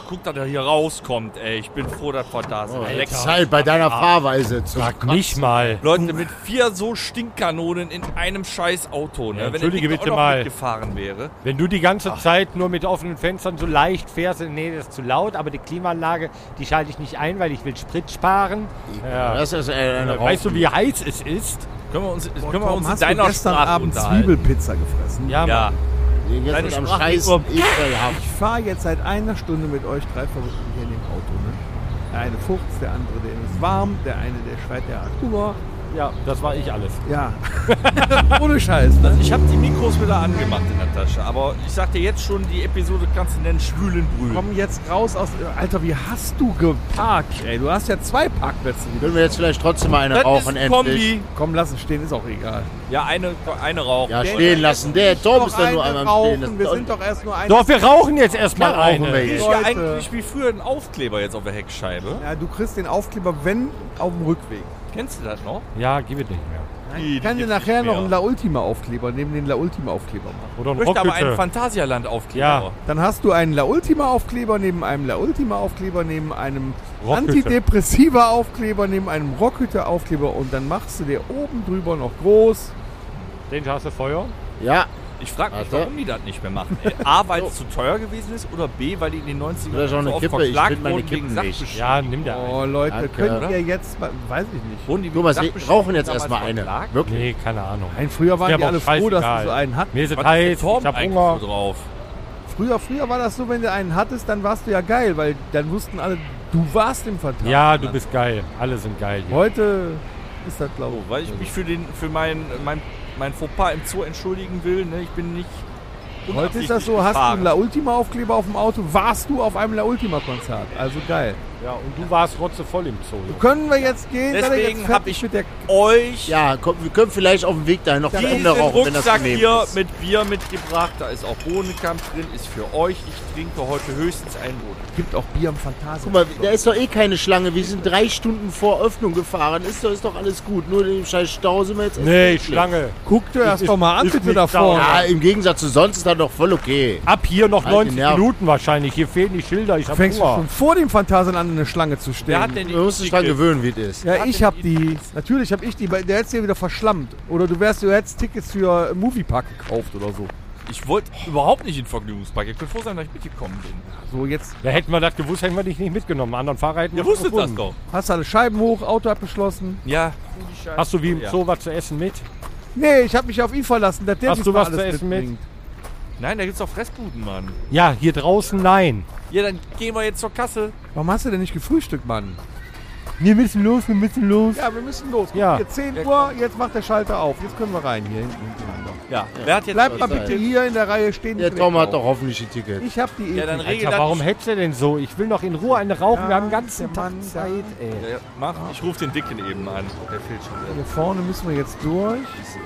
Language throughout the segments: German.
guck, dass er hier rauskommt, ey. Ich bin froh, dass wir da sind. Jetzt halt bei deiner Fahrweise zu Sag nicht mal. Leute, mit 4 so Stinkkanonen in einem scheiß Auto, ne? Ja, Wenn entschuldige der Dick bitte auch noch mal. mitgefahren wäre. Wenn du die ganze Zeit nur mit offenen Fenstern so leicht fährst, nee, das ist zu laut, aber die Klimaanlage, die schalte ich nicht ein, weil ich will Sprit sparen. Ja. Das ist eine Weißt du, wie heiß es ist? Können wir uns in Hast du deiner gestern Sprache Abend unterhalten? Zwiebelpizza gefressen? Ja, Ja. Jetzt Deine wird am Sprache Scheißen ekelhaft. Ich fahre jetzt seit einer Stunde mit euch 3 Verrückten hier in dem Auto. Ne? Der eine furzt, der andere, der ist warm, der eine, der schreit, der hat Hunger. Ja, das war ich alles. Ja, ohne Scheiß. Ne? Also ich habe die Mikros wieder angemacht in der Tasche, aber ich sag dir jetzt schon, die Episode kannst du nennen Schwülen Brühen. Komm jetzt raus aus... Alter, wie hast du geparkt, ey? Du hast ja 2 Parkplätze. Können wir jetzt vielleicht trotzdem mal eine Das rauchen, ist ein endlich? Kombi. Komm, lass es stehen, ist auch egal. Ja, eine rauchen. Ja, stehen lassen. Der Tom ist da nur einmal am Stehen. Wir sind doch erst nur eine... Doch, wir rauchen jetzt erstmal Klar rauchen eine. wir Ist jetzt. ja Leute. eigentlich wie früher ein Aufkleber jetzt auf der Heckscheibe. Ja, du kriegst den Aufkleber, wenn, auf dem Rückweg. Kennst du das noch? Ja, gib es nicht mehr. Ich kann dir nachher noch einen La Ultima Aufkleber neben den La Ultima Aufkleber machen. Oder ein Ich möchte aber einen Rockhütte. Phantasialand Aufkleber. Ja. Dann hast du einen La Ultima Aufkleber neben einem La Ultima Aufkleber, neben einem Rockhütte. Antidepressiva Aufkleber, neben einem Rockhütte Aufkleber und dann machst du dir oben drüber noch groß. Den hast du Feuer? Ja, Ich frage mich, Warte. warum die das nicht mehr machen. A, weil es zu teuer gewesen ist oder B, weil die in den 90ern Vielleicht auch eine so oft Kippe. Ich verklagt will meine wurden wegen Kippen nicht. Sachbeschädigung. Ja, nimm der Oh einen. Leute, Danke. könnt ihr jetzt, weiß ich nicht. Wurden die wegen Thomas, wir Sachbeschädigung rauchen jetzt damals erstmal eine. verklagt? Wirklich? Nee, keine Ahnung. Nein, früher waren Mir die aber alle froh, dass scheißegal. du so einen hattest. Mir ist es Was ist der heiß, Torben ich hab eigentlich Hunger. so drauf? Früher war das so, wenn du einen hattest, dann warst du ja geil, weil dann wussten alle, du warst im Vertrag. Ja, du bist geil. Alle sind geil hier. Heute ist das, glaube So, weil ich mich für mein Fauxpas im Zoo entschuldigen will. Ne? Ich bin nicht Heute ist das so, hast du einen La Ultima Aufkleber auf dem Auto, warst du auf einem La Ultima Konzert. Also geil. Ja, und du warst rotzevoll im Zoo. Können wir jetzt gehen? Seid ihr Deswegen jetzt habe fertig ich mit der... euch Ja, komm, wir können vielleicht auf dem Weg dahin noch diesen Ende rauchen, wenn das Rucksack genehm hier ist. mit Bier mitgebracht. Da ist auch Bohnenkamp drin, ist für euch. Ich trinke heute höchstens einen Boden. Gibt auch Bier im Phantasia. Guck mal, da ist doch eh keine Schlange. Wir sind 3 Stunden vor Öffnung gefahren. Ist doch alles gut. Nur in dem scheiß Stau sind wir jetzt... Nee, echt Schlange. Guck dir das doch mal an, ist bitte nicht da vorne. Ja, im Gegensatz zu sonst ist das doch voll okay. Ab hier noch Halt die 90 Nerven. Minuten wahrscheinlich. Hier fehlen die Schilder. Ich hab Fängst du Hunger. schon vor dem Phantasialand an, eine Schlange zu stehen? Wer hat denn die Man muss sich dran gewöhnen, wie es ist. Ja, hat ich denn hab die. Natürlich hab ich die. Der hättest dir wieder verschlammt. Oder du hättest Tickets für Moviepark gekauft oder so. Ich wollte überhaupt nicht in den Vergnügungspark. Ihr könnt froh sein, dass ich mitgekommen bin. So, jetzt Da hätten wir das gewusst, hätten wir dich nicht mitgenommen. Anderen Fahrer hätten Ihr wir wusstet das gefunden. doch. hast du alle Scheiben hoch, Auto abgeschlossen. Ja. Hast du wie im Ja. Zoo was zu essen mit? Nee, ich hab mich auf ihn verlassen. Dass der Hast du diesmal was zu alles essen mit? mitbringt. Nein, da gibt's doch Fressbuden, Mann. Ja, hier draußen nein. Ja, dann gehen wir jetzt zur Kasse. Warum hast du denn nicht gefrühstückt, Mann? Wir müssen los. Ja, wir müssen los. Guck, Ja. Hier 10 Uhr, jetzt macht der Schalter auf. Jetzt können wir rein hier hinten hintereinander. Ja. Wer hat jetzt Bleibt mal sein. bitte hier in der Reihe stehen. Der nicht Tom hat weglaufen. doch hoffentlich die Ticket. Ich hab die Ja, dann Ethik. regel Alter, das. warum hättest du denn so? Ich will noch in Ruhe eine rauchen. Ja, wir haben den ganzen der Tag Mann Zeit, ey. Ja, ja, mach. Ich rufe den Dicken eben an. Der fehlt schon wieder. Hier vorne müssen wir jetzt durch.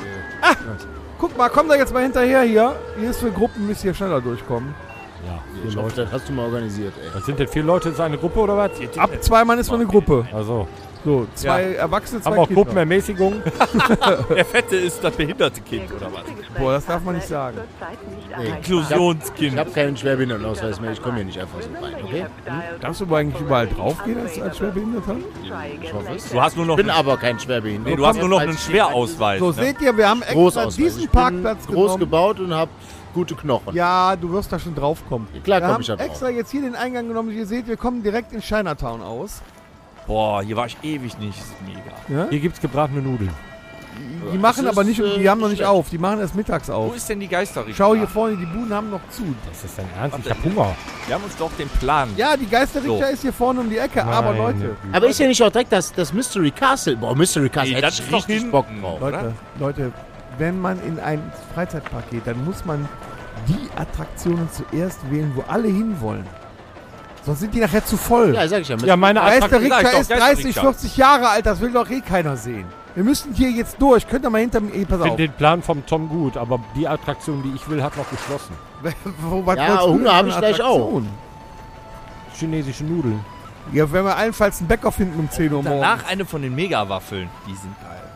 Guck mal, komm da jetzt mal hinterher hier. Hier ist für Gruppen, müsst ihr schneller durchkommen. Ja, Ich hoffe, das hast du mal organisiert, ey. Was sind denn 4 Leute? Ist das eine Gruppe oder was? Ab 2 Mann ist man eine Gruppe. Also, So, 2 Erwachsene, 2 haben wir auch Kinder. Gruppenermäßigung? Der Fette ist das behinderte Kind, oder was? Boah, das darf man nicht sagen. Inklusionskind. Ich habe keinen Schwerbehindertenausweis mehr. Ich komme hier nicht einfach so rein, okay? Darfst du eigentlich überall draufgehen als Schwerbehinderter? Ich hoffe es. Du hast nur noch, Ich bin aber kein Schwerbehinderter. nee, du hast nur noch einen Schwerausweis. So, Ne? seht ihr, wir haben extra Großausweis. diesen Ich bin Parkplatz groß genommen. gebaut und habe gute Knochen. Ja, du wirst da schon draufkommen. Klar Wir komm haben ich da drauf. extra jetzt hier den Eingang genommen. Ihr seht, wir kommen direkt in Chinatown aus. Boah, hier war ich ewig nicht. Das ist mega. Ja? Hier gibt's gebratene Nudeln. Die machen das aber ist, nicht, die haben noch nicht schlecht. auf. Die machen erst mittags Wo auf. ist denn die Geisterrichtung? Schau hier vorne, die Buden haben noch zu. Das ist dein Ernst? Ich hab Hunger. Wir haben uns doch den Plan. Ja, die Geisterrichter So. ist hier vorne um die Ecke. Aber Meine Leute, Güte. Aber ist ja nicht auch direkt das Mystery Castle? Boah, Mystery Castle, Nee, hätte das ich ist doch richtig hinten. Bock drauf. Leute, wenn man in ein Freizeitpark geht, dann muss man die Attraktionen zuerst wählen, wo alle hinwollen. Sonst sind die nachher zu voll. Ja, sag ich ja. Ja, meine Attraktion. Geisterrichter Sag ich ist doch, 30, Geisterrichter. 40 Jahre alt, das will doch eh keiner sehen. Wir müssen hier jetzt durch. Könnt ihr mal hinter mir... Pass Ich auf. finde den Plan vom Tom gut, aber die Attraktion, die ich will, hat noch geschlossen. Was Ja, wolltest du Hunger denn für hab eine ich gleich auch. Attraktion? Chinesische Nudeln. Ja, wenn wir allenfalls einen Bäcker finden um 10 Uhr morgens. Danach eine von den Mega-Waffeln. Die sind geil.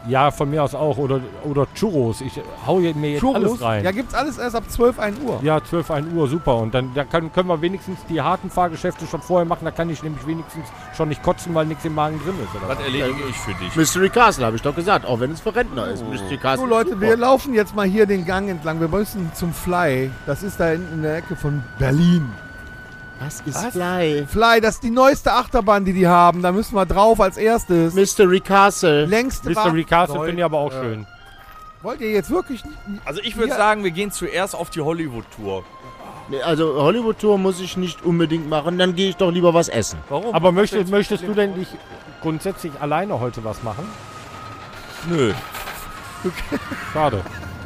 Ja, von mir aus auch. Oder Churros. Ich hau mir jetzt alles rein. Ja, gibt's alles erst ab 12, 1 Uhr. Ja, 12, 1 Uhr, super. Und dann können wir wenigstens die harten Fahrgeschäfte schon vorher machen. Da kann ich nämlich wenigstens schon nicht kotzen, weil nichts im Magen drin ist. Oder Was was? erledige ich für dich? Mystery Castle, habe ich doch gesagt. Auch wenn es für Rentner ist. Mystery Castle. So Leute, ist wir super. laufen jetzt mal hier den Gang entlang. Wir müssen zum Fly. Das ist da hinten in der Ecke von Berlin. Was ist Fly? Fly, das ist die neueste Achterbahn, die haben. Da müssen wir drauf als erstes. Mystery Castle. Längste Mystery Castle Leute, finde ich aber auch schön. Wollt ihr jetzt wirklich nicht? Also ich würde Ja. sagen, wir gehen zuerst auf die Hollywood-Tour. Nee, also Hollywood-Tour muss ich nicht unbedingt machen. Dann gehe ich doch lieber was essen. Warum? Aber möchtest du denn nicht grundsätzlich alleine heute was machen? Nö. Schade.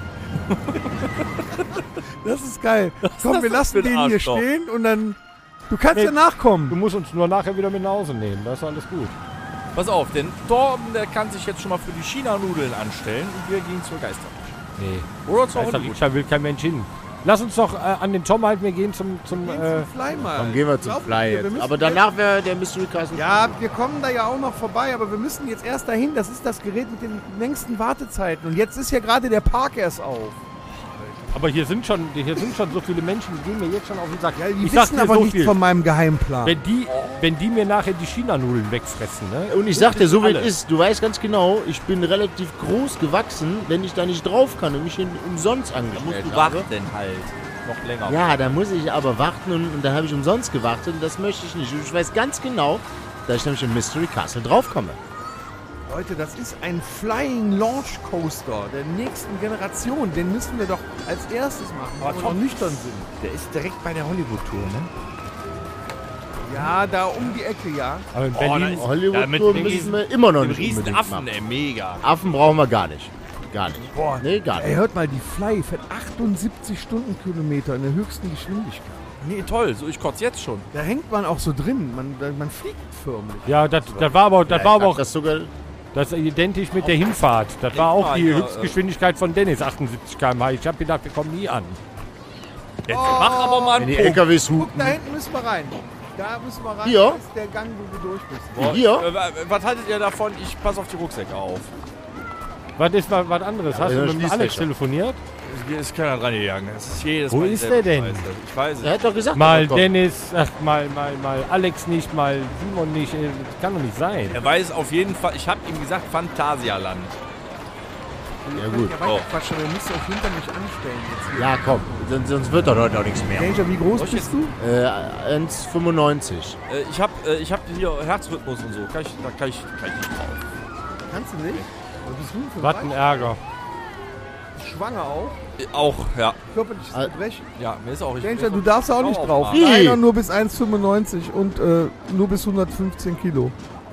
Das ist geil. Komm, wir das lassen für ein den hier Arschloch? stehen und dann... Du kannst Nee. ja nachkommen. Du musst uns nur nachher wieder mit nach Hause nehmen. Das ist alles gut. Pass auf, denn Torben, der kann sich jetzt schon mal für die China-Nudeln anstellen und wir gehen zur Geisterbahn. Nee. Oder zur Hollywood. Geisterrikscha will kein Mensch hin. Lass uns doch an den Tom halten. Wir gehen zum Fly mal. Dann gehen wir zum Laufen Fly wir jetzt. müssen Aber danach wäre der Mystery Castle. Ja, wir kommen da ja auch noch vorbei, aber wir müssen jetzt erst dahin. Das ist das Gerät mit den längsten Wartezeiten. Und jetzt ist ja gerade der Park erst auf. Aber hier sind schon so viele Menschen, die gehen mir jetzt schon auf den Sack. Ja, die ich sag wissen dir aber so nicht viel. von meinem Geheimplan. Wenn die mir nachher die China-Nudeln wegfressen, ne? Und ich sag dir, so wie Alle. es ist, du weißt ganz genau, ich bin relativ groß gewachsen, wenn ich da nicht drauf kann und mich hier umsonst Da musst angestellt du habe. warten halt. Noch länger. Ja, da muss ich aber warten und da habe ich umsonst gewartet und das möchte ich nicht. Und ich weiß ganz genau, dass ich nämlich im Mystery Castle draufkomme. Leute, das ist ein Flying Launch Coaster der nächsten Generation. Den müssen wir doch als erstes machen, Aber wenn wir Tom- noch nüchtern sind. Der ist direkt bei der Hollywood-Tour, ne? Ja, da um die Ecke, ja. Aber in da Berlin, ist- Hollywood-Tour mit müssen wir immer noch Mit nicht riesen unbedingt Affen, machen. ey, mega. Affen brauchen wir gar nicht. Gar nicht. Boah. Nee, gar Ey, nicht. hört mal, die Fly fährt 78 Stundenkilometer in der höchsten Geschwindigkeit. Nee, toll. So, ich kotze jetzt schon. Da hängt man auch so drin. Man fliegt förmlich. ja, das war aber auch Das sogar. das ist identisch mit der Hinfahrt. Das war auch die Ja, Höchstgeschwindigkeit von Dennis, 78 km/h. Ich habe gedacht, wir kommen nie an. Jetzt mach aber mal Wenn einen die LKWs Guck, hupen. da hinten müssen wir rein. Da müssen wir rein. Hier? Das ist der Gang, wo du durch bist. Hier? Was haltet ihr davon? Ich passe auf die Rucksäcke auf. Was ist was anderes? Hast der du mit dem schließt Alex ja schon. telefoniert? Hier ist keiner dran gegangen. Es ist jedes Wo Mal ist dieselbe der denn? Scheiße. Ich weiß Er es. hat doch gesagt, Mal dass er kommt. Dennis, mal Alex nicht, mal Simon nicht. Das kann doch nicht sein. Er weiß auf jeden Fall, ich habe ihm gesagt, Phantasialand. Ja, gut. Ja, weiter Quatsch, aber du musst dich auch hinter mich anstellen jetzt hier. Ja, komm. Sonst wird doch heute auch nichts mehr. Danger, wie groß Soll ich bist jetzt- du? 1,95. Ich hab hier Herzrhythmus und so. Da kann ich nicht drauf. Kannst du nicht? Was bist du denn für Was ein Ärger. Schwanger auch? Auch, ja. Körperliches Al- Gebrechen? Ja, mir ist auch ich Danger, du darfst auch nicht drauf. Wie? Einer nur bis 1,95 und nur bis 115 Kilo.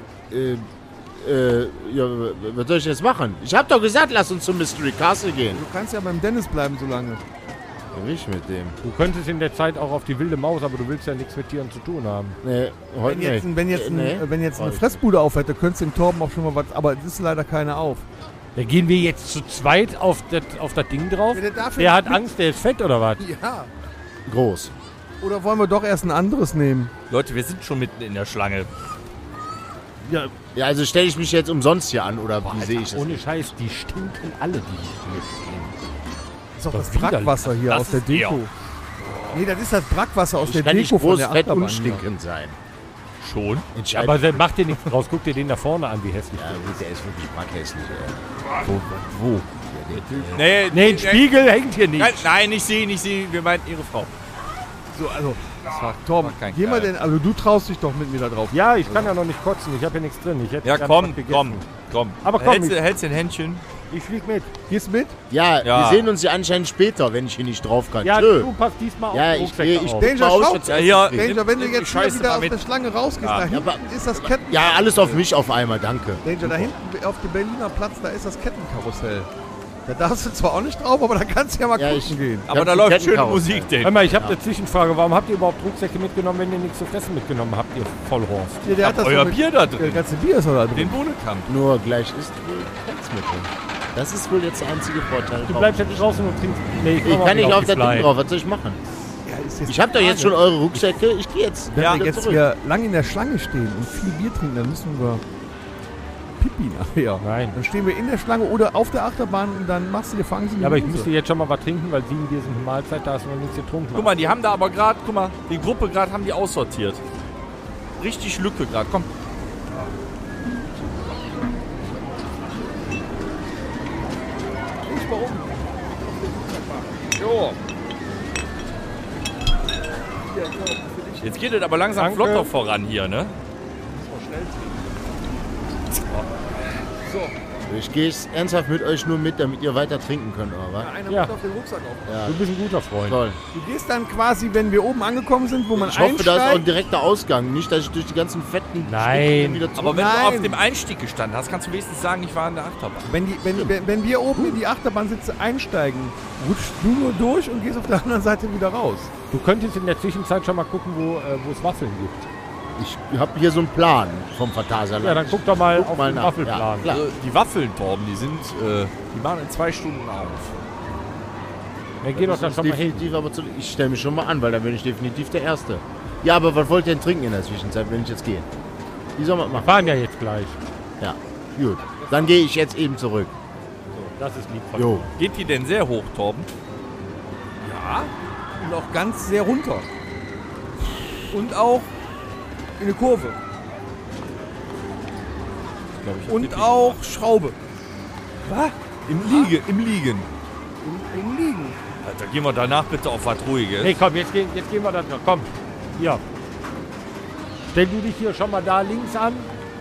Ja, was soll ich jetzt machen? Ich hab doch gesagt, lass uns zum Mystery Castle gehen. Du kannst ja beim Dennis bleiben so lange. Ja, nicht mit dem. Du könntest in der Zeit auch auf die wilde Maus, aber du willst ja nichts mit Tieren zu tun haben. Nee, heute Wenn jetzt nicht. eine Fressbude auf hätte, könntest du dem Torben auch schon mal was, aber es ist leider keine auf. Da gehen wir jetzt zu zweit auf das Ding drauf. Ja, der darf Der ja hat nicht Angst, der ist fett oder was? Ja. Groß. Oder wollen wir doch erst ein anderes nehmen? Leute, wir sind schon mitten in der Schlange. Ja, also stelle ich mich jetzt umsonst hier an oder wie sehe ich das? Ohne Scheiß, die stinken alle, die hier stehen. Das ist doch Das das ist widerlich. Brackwasser hier Das aus der ist eher. Deko. Nee, das ist das Brackwasser aus Ich der kann nicht Deko von groß, der fett Achterbahn. und hier. stinkend sein. Schon? Entscheidend. Aber mach dir nichts draus, guck dir den da vorne an, wie hässlich Ja, der gut, der ist wirklich brackhässlich, ey. Wo? Nee, ist. Nee, ein Spiegel hängt hier nicht. Nein, nicht sie, nicht sie. Wir meinen ihre Frau. So, also, Das war Torben, kein geh mal Kerl. denn, also du traust dich doch mit mir da drauf. Ja, ich kann ja noch nicht kotzen, ich habe hier nichts drin. Ich hätte Ja, gerne komm, was gegessen. komm. Aber komm, Hältst du ein Händchen? ich flieg mit. Gehst mit? Ja, Ja. wir sehen uns ja anscheinend später, wenn ich hier nicht drauf kann. Ja, Tschö. du passt diesmal auf Ja, die ich Rucksäcke gehe. Ich auf. bin Danger, mal aus. schau. Ja, hier. Danger, wenn du nimm jetzt die hier Scheiße wieder mal aus mit. der Schlange rausgehst, Ja. da hinten aber- ist das Ketten... Ja, alles auf mich auf einmal, danke. Danger, da hinten auf dem Berliner Platz, da ist das Kettenkarussell. Da darfst du zwar auch nicht drauf, aber da kannst du ja mal Ja, gucken gehen. Aber Ja, da zum läuft schöne Kettenkarussell. Musik, Hör denn. mal, ich habe eine Zwischenfrage. Warum habt ihr überhaupt Rucksäcke mitgenommen, wenn ihr nichts zu fressen mitgenommen habt, ihr Vollhorst? Ja, der hat das Euer so mit- Bier da Das drin. ganze Bier ist doch da drin. Den Bohnekamp. Nur gleich ist wohl Grenzmittel. Das ist wohl jetzt der einzige Vorteil. Du bleibst jetzt draußen und trinkst. Nee, Ich komm kann nicht wieder auf die das Ding Fly. drauf, was soll ich machen? Ja, ist jetzt Ich habe doch die jetzt schon Frage. eure Rucksäcke, ich gehe jetzt. Wenn Ja, wir jetzt zurück. hier lang in der Schlange stehen und viel Bier trinken, dann müssen wir Pipi nachher. Nein. Dann stehen wir in der Schlange oder auf der Achterbahn und dann fangen sie Ja, aber ich müsste jetzt schon mal was trinken, weil 7 Bier sind eine Mahlzeit, da hast du noch nichts getrunken. Guck mal, die haben da aber gerade, die Gruppe gerade haben die aussortiert. Richtig Lücke gerade, komm. Ich war oben. Jo. Jetzt geht es aber langsam Danke. flotter voran hier, ne? Ich gehe ernsthaft mit euch nur mit, damit ihr weiter trinken könnt, oder was? Einer Ja. muss auf den Rucksack auf. Ja, Du bist ein guter Freund. toll. Du gehst dann quasi, wenn wir oben angekommen sind, wo man Ich hoffe, da ist auch ein einsteigt. direkter Ausgang. Nicht, dass ich durch die ganzen fetten Nein. Stücke wieder zurück... Aber wenn Nein. du auf dem Einstieg gestanden hast, kannst du wenigstens sagen, ich war in der Achterbahn. Wenn wir oben in die Achterbahnsitze einsteigen, rutschst du nur durch und gehst auf der anderen Seite wieder raus. Du könntest in der Zwischenzeit schon mal gucken, wo es Waffeln gibt. Ich habe hier so einen Plan vom Phantasialand. Ja, dann guck doch mal Guck auf mal den nach. Waffelplan. Ja, klar. Also die Waffeln, Torben, die waren in 2 Stunden auf. Dann geh doch dann Das schon ist mal hin. definitiv, aber ich stelle mich schon mal an, weil dann bin ich definitiv der Erste. Ja, aber was wollt ihr denn trinken in der Zwischenzeit, wenn ich jetzt gehe? Wie soll man Wir machen? fahren ja jetzt gleich. Ja, gut. Dann gehe ich jetzt eben zurück. Das ist lieb von Jo. Geht die denn sehr hoch, Torben? Ja. Und auch ganz sehr runter. Und auch in eine Kurve. Und auch Schraube. Was? Im Liegen. Im Liegen. Alter, gehen wir danach bitte auf was Ruhiges. Nee, komm, jetzt gehen wir da noch. Komm. Hier. Stell du dich hier schon mal da links an.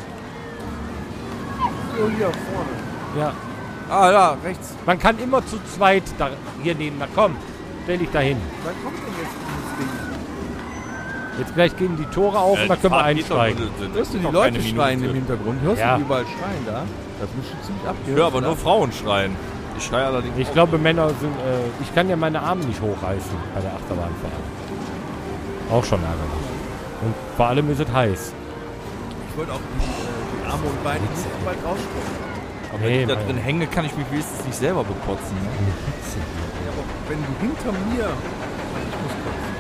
So hier vorne. Ja. Ah ja, rechts. Man kann immer zu zweit da hier nehmen. Na komm, stell dich da hin. Wann kommt denn jetzt dieses Ding? Jetzt gleich gehen die Tore auf und dann können wir einsteigen. Hörst du die Leute schreien im Hintergrund? Hörst Ja. du die überall schreien da? Das muss schon ziemlich abgehen. Ich höre aber nur Frauen schreien. Ich schreie allerdings Ich auch. glaube, Männer sind. Ich kann ja meine Arme nicht hochreißen bei der Achterbahnfahrt. Auch schon ärgerlich. Und vor allem ist es heiß. Ich wollte auch die Arme und Beine nicht so weit rausstrecken. Aber wenn ich da meine- drin hänge, kann ich mich wenigstens nicht selber bekotzen. Ne? Ja, aber wenn du hinter mir... Ich muss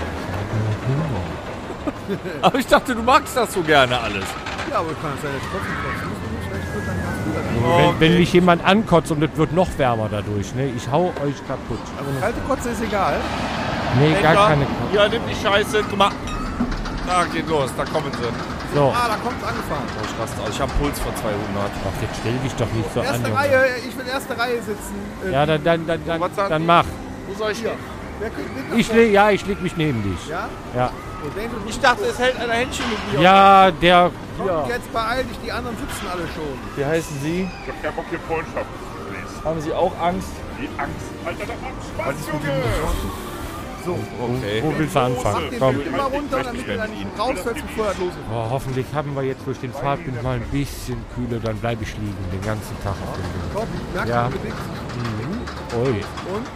kotzen. Aber ich dachte, du magst das so gerne alles. Ja, aber kann es sein, dass ich trotzdem kotzen muss. Vielleicht wird dann ganz gut. Wenn mich jemand ankotzt und es wird noch wärmer dadurch, ne? Ich hau euch kaputt. Aber kalte Kotze ist egal. Nee, gar keine Ja, nimm die Scheiße. Guck mal. Da geht los, da kommen sie. So. Ah, da kommt es angefahren. Oh, ich raste aus. Ich habe Puls von 200. Ach, jetzt stell dich doch nicht so an, Erste Junge. Reihe, ich will erste Reihe sitzen. Ja, Was sagt dann die? mach. Wo soll ich Hier. hin? Wer kriegt mit Ich leg mich neben dich. Ja? Ja. So, den du Ich dachte, es hält einer Händchen mit mir. Ja, der. Komm, Ja. jetzt beeil dich, die anderen sitzen alle schon. Wie heißen Sie? Ich hab keinen Bock hier Freundschaft. Haben Sie auch Angst? Die Angst. Alter, das macht Spaß, Junge. So, Okay. Wo willst du mach anfangen? den Komm. Wind immer runter, damit du dann rausfällst, bevor er los ist. Oh, hoffentlich haben wir jetzt durch den Fahrtwind mal ein bisschen kühler, dann bleibe ich liegen den ganzen Tag auf dem Ding. Komm, merkst Ja. du, du bewegst dich. Ui, Und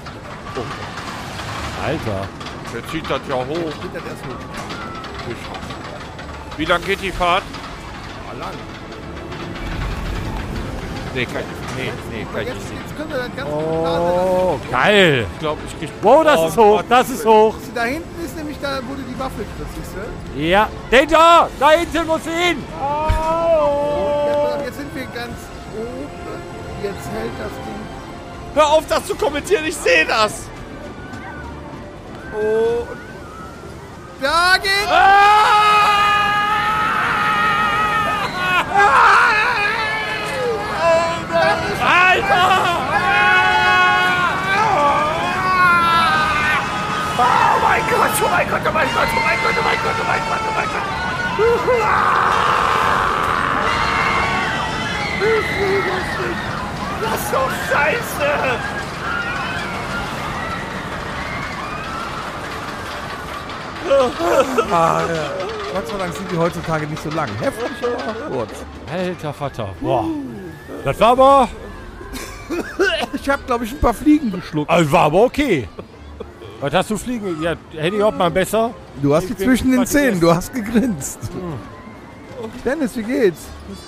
Alter. Der zieht das ja hoch. geht das erst hoch. Wie lang geht die Fahrt? Ah, lang. Nee, kann ich Jetzt, nicht sehen. jetzt können wir das ganze Oh, geil. Ich glaube, ich krieg... Wow, das ist hoch, das ist hoch. Da hinten ist nämlich da, wo du die Waffe kriegst, siehst du? Ja, Danger, da hinten muss sie hin. Und jetzt sind wir ganz oben. Jetzt hält das Ding. Hör auf, das zu kommentieren, ich sehe das! Oh. Und da geht. Gott sei Dank sind die heutzutage nicht so lang. Heftig, aber kurz. Alter Vater. Boah. Das war aber. Ich habe, glaube ich, ein paar Fliegen geschluckt. Also war aber okay. Was hast du fliegen? Ja, hätte ich auch mal besser. Du hast die Ich bin zwischen den was Zähnen, du hast gegrinst. Dennis, wie geht's?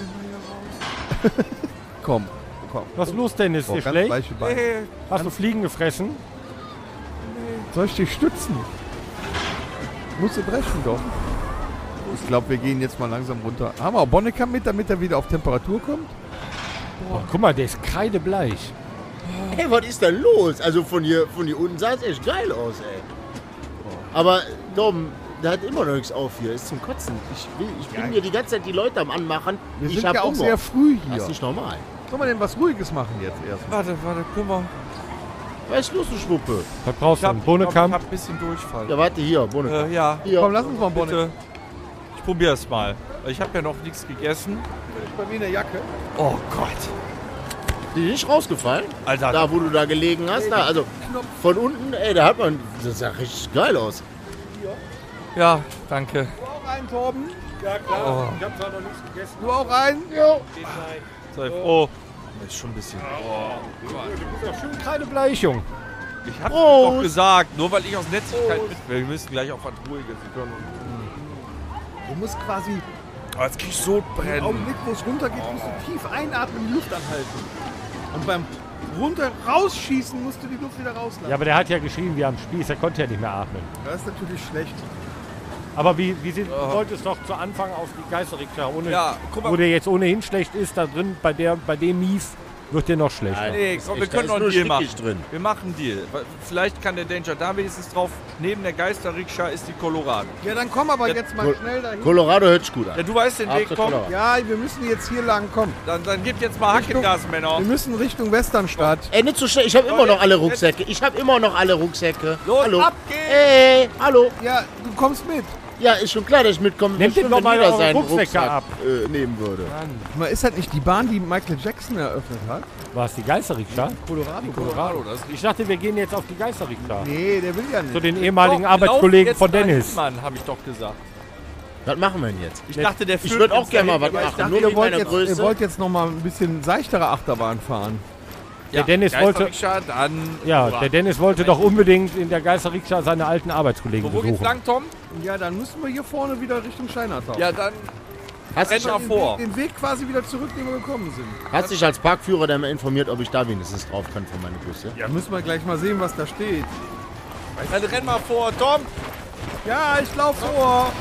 Komm, komm. Was ist los, Dennis? Boah, Ist ganz schlecht? weiche Beine. Hast du Fliegen gefressen? Soll ich dich stützen? Musst du brechen doch. Ich glaube, wir gehen jetzt mal langsam runter. Haben wir auch Bonnekamp mit, damit er wieder auf Temperatur kommt? Oh, guck mal, der ist kreidebleich. Ey, was ist denn los? Also von hier unten sah es echt geil aus, ey. Aber, Dom, der hat immer noch nichts auf hier. Ist zum Kotzen. Ich bin hier die ganze Zeit die Leute am Anmachen. Wir Ich sind hab ja auch Hunger. sehr früh Das hier. ist nicht normal. Sollen wir denn was Ruhiges machen jetzt erstmal? Warte, guck mal. Was ist los, du Schwuppe? Was brauchst du? Einen Bohnekamp? Ich hab ein bisschen Durchfall. Ja, warte, hier, Bonne. Ja, Hier. Komm, lass uns mal einen Bonnet. bitte. Ich probier's mal. Ich habe ja noch nichts gegessen. Bei mir in der Jacke. Oh Gott. Die nicht rausgefallen? Alter. Da, wo du da gelegen hast, da, also von unten, ey, da hat man, das sah richtig geil aus. Ja, danke. Du auch einen, Torben? Ja, klar. Ich hab zwar noch nichts gegessen. Du auch einen? Jo. Sei froh. Das ist schon ein bisschen. Du bist doch schön kreidebleich, Jung. Ich hab's Prost. doch gesagt, nur weil ich aus Netzigkeit mit will. Wir müssen gleich auf was Ruhiges. Du musst quasi Aber jetzt krieg ich so im brennen. Augenblick, wo es runtergeht, musst du tief einatmen, die Luft anhalten. Und beim runter rausschießen musst du die Luft wieder rauslassen. Ja, aber der hat ja geschrien wie am Spieß. Er konnte ja nicht mehr atmen. Das ist natürlich schlecht. Aber wie du wolltest doch zu Anfang auf die Geisterrikscha, Ja, guck mal. wo der jetzt ohnehin schlecht ist, da drin, bei dem Mies, wird der noch schlechter. Nee, komm, wir Echt, da können ist noch einen nur Deal stickig machen. drin. Wir machen einen Deal. Vielleicht kann der Danger da wenigstens drauf. Neben der Geisterrikscha ist die Colorado. Ja, dann komm aber jetzt mal schnell dahin. Colorado hört sich gut an. Ja, du weißt den Weg, Absolut, komm. Colorado. Ja, wir müssen jetzt hier lang kommen. Dann gib jetzt mal Hackengas, Männer. Wir müssen Richtung Westernstadt. Ey, nicht so schnell, ich habe immer noch alle Rucksäcke. Los, Hallo. ab geht's! Ey, hallo. Ja, du kommst mit. Ja, ist schon klar, dass ich mitkomme. Nehmt Bestimmt, ihm doch wenn mal jeder eure seinen Rucksäcke Rucksack, ab. Nehmen würde. Mal, ist halt nicht die Bahn, die Michael Jackson eröffnet hat? War es die Geisterrikscha? Colorado. Ich dachte, wir gehen jetzt auf die Geisterrikscha. Nee, der will ja nicht. Zu den ehemaligen Doch, Arbeitskollegen lauf von jetzt Dennis. dahin, Mann, hab ich doch gesagt. Was machen wir denn jetzt? Ich dachte, der Ich führt würde auch uns gerne mal dahin. was Aber ich machen. dachte, Nur ihr wegen meiner wollt Größe. jetzt noch mal ein bisschen seichtere Achterbahn fahren. Der Dennis wollte- Geisterrikscha, dann. Ja, der Dennis wollte doch unbedingt in der Geisterrikscha seine alten Arbeitskollegen Wo geht's besuchen. lang, Tom? Ja, dann müssen wir hier vorne wieder Richtung Scheinertau. Ja, dann. Hast Renn dich, mal vor. Den Weg quasi wieder zurück, den wir gekommen sind. hast dich als Parkführer dann mal informiert, ob ich da wenigstens drauf kann von meiner Größe? Ja, müssen wir gleich mal sehen, was da steht. Dann renn mal vor, Tom. Ja, ich lauf vor.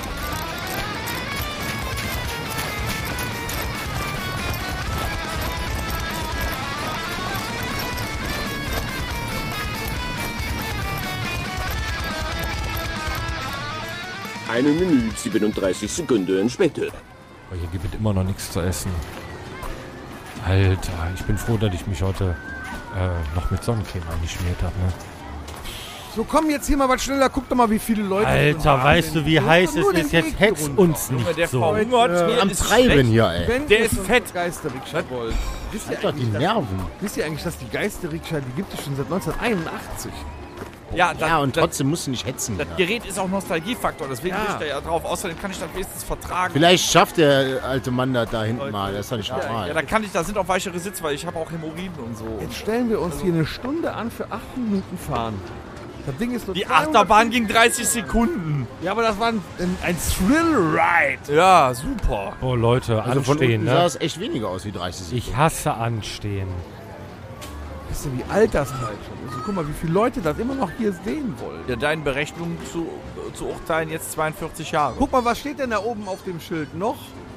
Eine Minute 37 Sekunden später. Oh, hier gibt es immer noch nichts zu essen. Alter, ich bin froh, dass ich mich heute noch mit Sonnencreme eingeschmiert habe. Ne? So, komm jetzt hier mal was schneller. Guck doch mal, wie viele Leute. Alter, weißt du, wie Du musst heiß doch nur es den ist? Jetzt Weg hetzt runter. uns Junge, der nicht so. verhungert. Mir Am ist Treiben schlecht. hier, ey. Wenn Der ihr ist so fett. eine Geisterrikscha wollt. Wisst ihr, Halt doch die eigentlich, dass, Nerven. wisst ihr eigentlich, dass die Geisterrikscha, die gibt es schon seit 1981? Ja, Ja, und trotzdem musst du nicht hetzen. Das Ja. Gerät ist auch Nostalgiefaktor, deswegen Ja. bin ich da ja drauf. Außerdem kann ich das wenigstens vertragen. Vielleicht schafft der alte Mann das da hinten mal. Das ist doch nicht Ja, normal. da sind auch weichere Sitze, weil ich habe auch Hämorrhoiden und so. Jetzt stellen wir uns hier eine Stunde an für 8 Minuten fahren. Das Ding ist so Die 200 Achterbahn ging 30 Sekunden. Ja, aber das war ein Thrill-Ride. Ja, super. Oh Leute, Also von anstehen, unten sah ne? es echt weniger aus wie 30 Sekunden. Ich hasse anstehen. Wisst ihr, wie alt das halt schon ist? Also, guck mal, wie viele Leute das immer noch hier sehen wollen. Ja, deinen Berechnungen zu urteilen jetzt 42 Jahre. Guck mal, was steht denn da oben auf dem Schild? Noch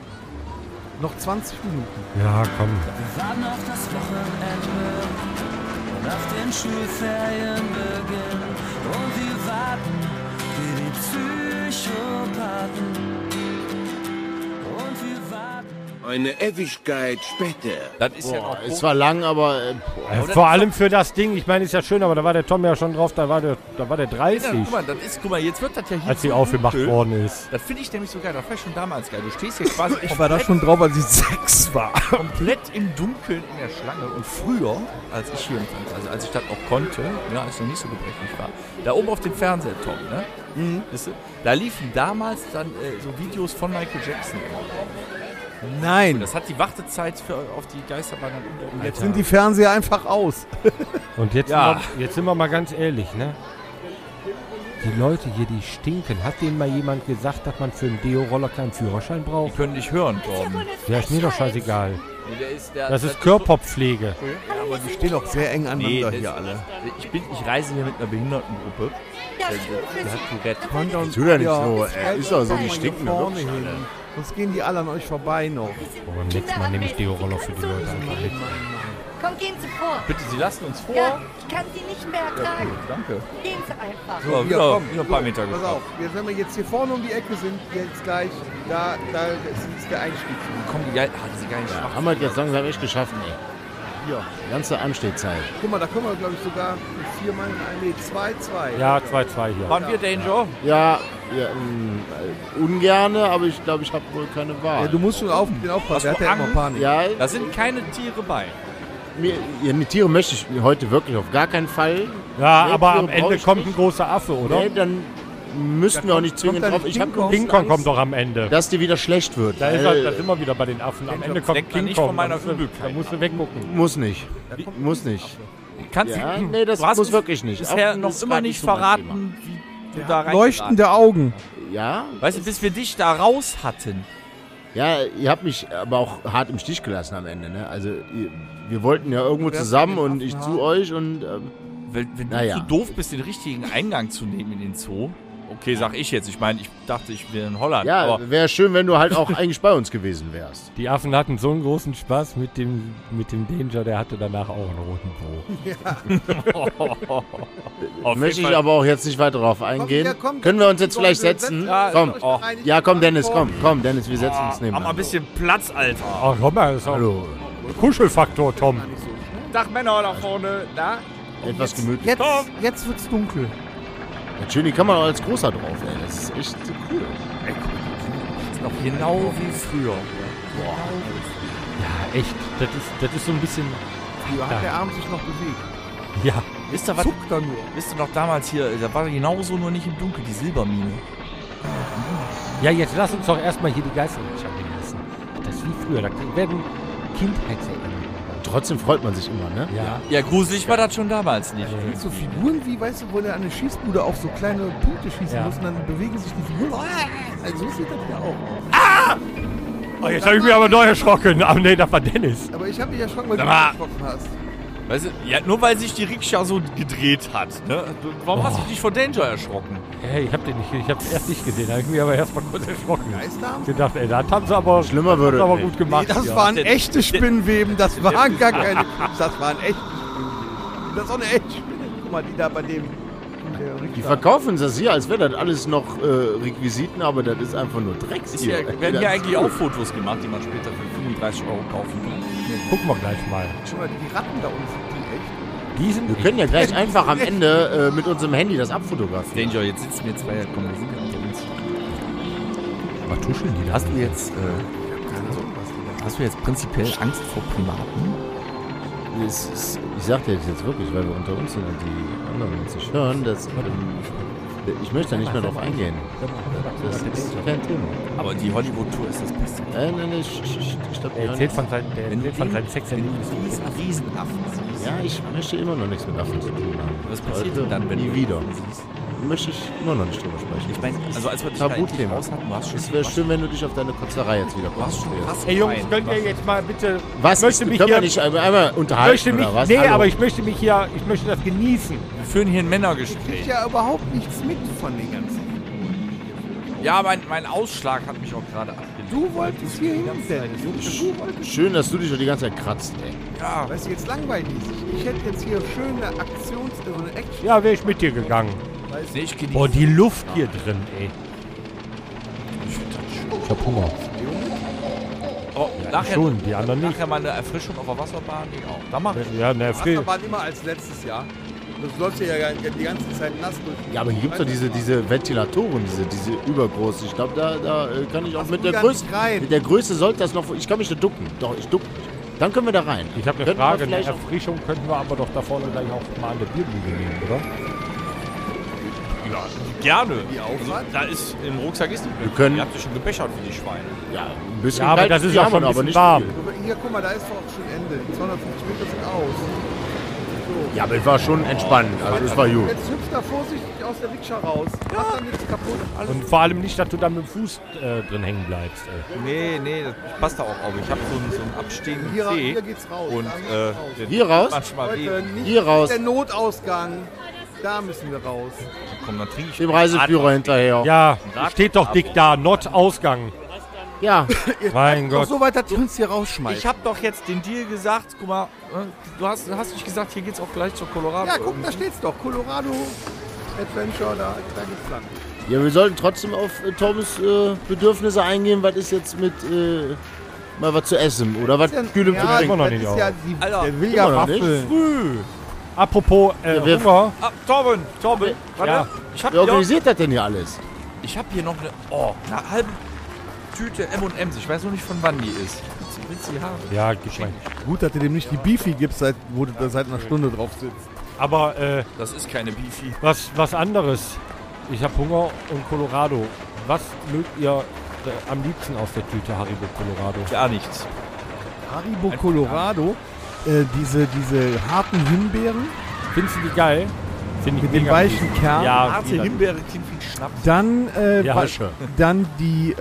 20 Minuten. Ja, komm. Wir warten auf das Wochenende und auf den Schulferienbeginn. Und wir warten wie die Psychopathen. Und wir warten. Eine Ewigkeit später. Das ist ja Boah, noch es war lang, aber Vor allem für das Ding, ich meine, ist ja schön, aber da war der Tom ja schon drauf, da war der 30, guck mal, jetzt wird das ja hier als sie so aufgemacht dunkel. worden ist. Das finde ich nämlich so geil. Das war schon damals geil. Du stehst hier quasi Ich war da schon drauf, als ich 6 war. komplett im Dunkeln in der Schlange. Und früher, als ich hier, also als ich das noch konnte, ja, als ich noch nicht so gebrechlich war, da oben auf dem Fernseher, Tom, ne? Weißt du, da liefen damals dann so Videos von Michael Jackson. Nein. Das hat die Wartezeit auf die Geisterbahn dann unglaublich. Jetzt sind die Fernseher einfach aus. Und jetzt, Ja. jetzt sind wir mal ganz ehrlich, ne? Die Leute hier, die stinken. Hat denen mal jemand gesagt, dass man für einen Deo-Roller keinen Führerschein Die braucht? können dich hören, Tom. Ja, ist mir doch scheißegal. Das ist Körperpflege. Ja, aber die stehen auch sehr eng aneinander das- hier alle. Ich reise hier mit einer Behindertengruppe. Der hat Tourette. Tu doch nicht so, ey. ist doch so, die Hier stinken vorne wirklich hin. alle. Sonst gehen die alle an euch vorbei noch. Beim nächsten Mal nehme ich die Roller für die Leute einfach mit. Komm, gehen Sie vor. Bitte, Sie lassen uns vor. Ja, ich kann Sie nicht mehr ertragen. Danke. Gehen Sie einfach. So, hier, wieder, komm. wieder ein paar Meter Pass gefahren. auf, jetzt, wenn wir jetzt hier vorne um die Ecke sind, jetzt gleich, da ist der Einstieg. Kommen die sie gar nicht schwach. Haben wir jetzt langsam echt geschafft, ey. Hier, ganze Anstehzeit. Guck mal, da können wir, glaube ich, sogar mit 4 Mann, nee, 2. Ja, 2-2 hier. Waren wir Danger? Ja, ungerne, aber ich glaube, ich habe wohl keine Wahl. Ja, du musst schon den aufpassen, Hast der hat du ja immer Angst? Panik. Ja, Da sind keine Tiere bei. die Tiere möchte ich heute wirklich auf gar keinen Fall. Ja, Nee, aber Tiere am brauch Ende ich kommt nicht. ein großer Affe, oder? Nee, dann müssten wir auch nicht zwingend kommt da drauf. nicht Ich habe King Kong? King Kong kommt doch am Ende. dass dir wieder schlecht wird. Da ist weil- da sind wir wieder bei den Affen. Am Ende kommt Denkt man King nicht Kong. von meiner Da musst du- Übelkeit Da musst du weggucken. Muss nicht. Muss nicht. Kannst Ja, du, nee, das du hast muss uns wirklich nicht. bisher Affen noch ist immer grad nicht so mein verraten, wie du da rein Leuchtende Augen. Thema. Ja, Weißt du, bis wir dich da raus hatten. ja, ihr habt mich aber auch hart im Stich gelassen am Ende. Ne? Also wir wollten ja irgendwo zusammen und ich zu euch und Wenn Naja. du zu doof bist, den richtigen Eingang zu nehmen in den Zoo. Okay, sag ich jetzt. Ich meine, ich dachte, ich wäre in Holland. ja, aber wäre schön, wenn du halt auch eigentlich bei uns gewesen wärst. Die Affen hatten so einen großen Spaß mit dem Danger, der hatte danach auch einen roten Po. auf Möchte jeden ich Fall. aber auch jetzt nicht weiter darauf eingehen. ja, komm, Können wir uns jetzt vielleicht Leute, setzen? Ja, Komm. oh. Ja, komm, Dennis, komm, Dennis, wir setzen uns neben. Haben wir ein bisschen Platz, Alter. Ach, komm mal, das ist auch Hallo. Kuschelfaktor, Tom. Tag Männer da vorne. Na? Etwas gemütlich. Jetzt wird's dunkel. Ja, schön, die kann man auch als großer drauf, ey. Das ist echt so cool. Noch genau wie früher. Ja, echt. Das ist so ein bisschen. Früher hat der Arm sich noch bewegt. Ja. Wisst ihr was? Zuckt er nur. Wisst ihr noch damals hier, da war genauso, nur nicht im Dunkeln, die Silbermine. Ja, jetzt lass uns doch erstmal hier die Geisterlichter genießen. Das ist wie früher. Da werden Kindheitserinnerungen. Trotzdem freut man sich immer, ne? Ja. Ja, gruselig war das schon damals nicht. So Figuren wie, weißt du, wo der an der Schießbude auf so kleine Punkte schießen Ja. muss und dann bewegen sich die Figuren. Also so sieht das ja auch aus. Oh, jetzt habe ich mich aber neu erschrocken. Aber nee, das war Dennis. Aber ich habe mich erschrocken, weil du Sag mal. mich erschrocken hast. Weißt du, ja, nur weil sich die Rikscha so gedreht hat. Ne? Warum hast du dich vor Danger erschrocken? Hey, ich hab's erst nicht gesehen. Da habe ich mich aber erst mal kurz erschrocken. Geisterarm? Ich gedacht, ey, das haben sie aber, Schlimmer würde das aber es gut nicht. gemacht. Das ja. waren Der- echte der- Spinnweben, das waren gar keine. Das waren echte Spinnweben. Das ist auch eine echte Spinne. Guck mal, die da bei dem. Die verkaufen das hier, als wäre das alles noch Requisiten, aber das ist einfach nur Drecks Ist hier. ja, werden hier eigentlich auch Fotos gemacht, die man später für 35 € kaufen kann. Gucken wir gleich mal. Schon mal die Ratten da unten, sind die echt. Die sind Wir können ja gleich einfach am Ende mit unserem Handy das abfotografieren. Danger, jetzt sitzen wir zwei, komm, wir sind ja unter uns. Was tuscheln die da? Hast du jetzt prinzipiell Angst vor Primaten? Ich sag dir das jetzt wirklich, weil wir unter uns sind und die anderen uns nicht hören, dass, ich möchte da nicht mehr drauf eingehen. Das ist kein Thema. Aber die Hollywood-Tour ist das Beste. Nein, ich glaube, Der erzählt von seinen Sexerlebnissen. Riesenaffen siehst. ja, ich möchte immer noch nichts mit Affen zu tun haben. Was passiert Heute denn dann, wenn nie du wieder? siehst? Möchte ich immer noch nicht drüber sprechen. Ich meine, also als wir dich da endlich Tabuthema. raus hatten, du hast schon Es wäre schön, wenn du dich auf deine Kotzerei jetzt wieder du hast schon konzentrierst. krass Hey Jungs, gemeint. könnt ihr jetzt mal bitte... Was? Ich möchte mich Können wir hier... nicht einmal unterhalten möchte mich, oder was? nee, Hallo? aber ich möchte mich hier... Ich möchte das genießen. Wir führen hier ein Ich Männergespräch. ja überhaupt nichts mit von den ganzen. Ja, mein Ausschlag hat mich auch gerade abgelehnt. Du wolltest hier hin, Dennis. Du wolltest. Schön, dass du dich schon die ganze Zeit kratzt, ey. Ja, Weißt du, jetzt langweilig ist. Ich hätte jetzt hier schöne so eine Action. Ja, wäre ich mit dir gegangen. nee, ich genieße. Boah, die Luft hier drin, ey. Ich hab Hunger. Oh, nachher, schon, die anderen nicht. Nachher mal eine Erfrischung auf der Wasserbahn, ich auch. Da mach ich. Ja, ne, Frill. Wasserbahn immer als letztes Jahr. Das läuft ja die ganze Zeit nass durch. Ja, aber hier gibt es doch diese Ventilatoren, diese übergroßen. Ich glaube, da kann ich auch mit der gar Größe. nicht rein. Mit der Größe sollte das noch. Ich kann mich da ducken. Doch, ich duck mich. Dann können wir da rein. Ich habe eine Könnten wir Frage. Eine vielleicht auch- Erfrischung könnten wir aber doch da vorne gleich auch mal an der Biermühle nehmen, oder? Ja, gerne. Die Auffahrt? Da ist, im Rucksack ist nicht mehr. Wir können- Ihr habt ja schon gebechert wie die Schweine. Ja, ein bisschen Ja, aber kalt das ist die ja haben schon wir, ein aber bisschen nicht warm. viel. Hier, guck mal, da ist doch schon Ende. Die 250 Meter sind aus. So. Ja, aber es war schon entspannend. Also es war gut. Jetzt hüpf da vorsichtig aus der Rikscha raus. Mach da nichts kaputt. Alles Und vor allem nicht, dass du da mit dem Fuß drin hängen bleibst. Nee, das passt da auch auf. Ich habe so einen abstehenden hier, Zeh. hier geht's raus. Und Da geht's raus. der Hier raus? manchmal weh. Leute, nicht Hier raus. der Notausgang. Da müssen wir raus. Komm, dann trinke ich Dem Reiseführer hinterher. Ja, steht doch dick da, not Ausgang. Ja. Mein Doch Gott. so weit, dass die uns hier rausschmeißen. Ich habe doch jetzt den Deal gesagt, guck mal, du hast nicht gesagt, hier geht's auch gleich zur Colorado. Ja, guck, da steht's doch. Colorado Adventure, da geht's lang. Ja, wir sollten trotzdem auf Toms Bedürfnisse eingehen. Was ist jetzt mit mal was zu essen? Oder was kühlem zu immer trinken? noch das nicht ist auf. ja Alter, der will ja immer noch nicht. Waffeln. Früh. Apropos wir- Hunger. Ah, Torben, warte. Ja. Ich habe Wer hier, organisiert das denn hier alles? hier noch eine halbe Tüte M&M's. Ich weiß noch nicht, von wann die ist. Willst du die haben? Ja, geschenkt. Gut, dass du dem nicht die Beefy gibst, wo du da seit einer Stunde drauf sitzt. Aber Das ist keine Beefy. was anderes. Ich habe Hunger und Colorado. Was mögt ihr am liebsten aus der Tüte Haribo Colorado? Gar nichts. Haribo Colorado, diese harten Himbeeren Findest du die geil? Finde ich mit dem mega weichen gut. Kern. Ja, Harte wieder. Himbeere klingt wie Schnaps. Dann, Ja, dann die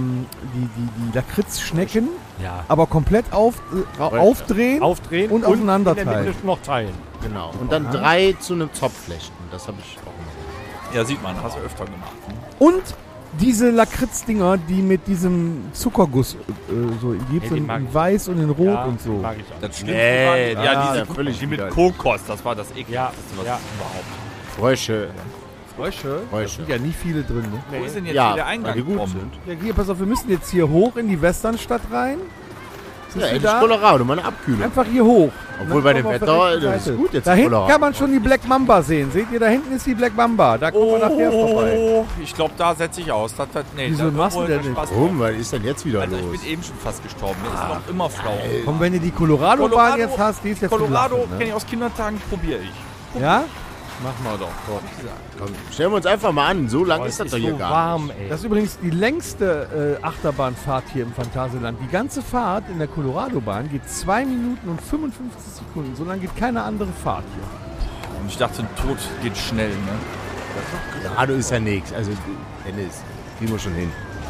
Lakritzschnecken, Ja. aber komplett aufdrehen Aufdrehen und in auseinanderteilen. der Mitte noch teilen. Genau. Und dann 3 zu einem Zopf flechten. Das habe ich auch gemacht. Ja, sieht man, hast du öfter gemacht. Und diese Lakritzdinger, die mit diesem Zuckerguss so gibt's Nee, die in mag ich. Rot und in Rot Ja, und so. mag ich auch. Das Schlimmste Nee, war, ja, diese völlig die mit widerlich. Kokos, das war das ekelhafteste, Ja, was ja. überhaupt. Frösche. Frösche? Da Frösche. sind ja nie viele drin, ne? Wo ist denn jetzt Ja, hier der weil Eingang? die gut Tom? sind. Ja, hier, pass auf, wir müssen jetzt hier hoch in die Westernstadt rein. Siehst Ja, du endlich da? Colorado, mal eine Abkühlung. Einfach hier hoch. Obwohl Und bei dann dem kommen wir auf Wetter, der rechten das ist Seite. gut jetzt Da in hinten Colorado. kann man schon die Black Mamba sehen. Seht ihr, da hinten ist die Black Mamba. Da kommt man nachher vorbei. Ich glaube, da setze ich aus. Nee, Wieso da machst du wollen denn wir nicht? Spaß Warum? drauf. Was ist denn jetzt wieder Alter, ich los? bin eben schon fast gestorben. Der ist noch immer flau. Und wenn du die Colorado-Bahn jetzt hast, die ist jetzt Colorado zum kenne Lachen, ich aus Kindertagen, probiere ich. ne? Ja? Machen wir doch. Komm, stellen wir uns einfach mal an. So lang ist das doch hier so gar warm, ey. Das ist übrigens die längste Achterbahnfahrt hier im Phantasialand. Die ganze Fahrt in der Colorado-Bahn geht 2 Minuten und 55 Sekunden. So lange geht keine andere Fahrt hier. Und ich dachte, Tod geht schnell, ne? nicht. Colorado ist ja nichts. Also, Dennis, kriegen wir schon hin.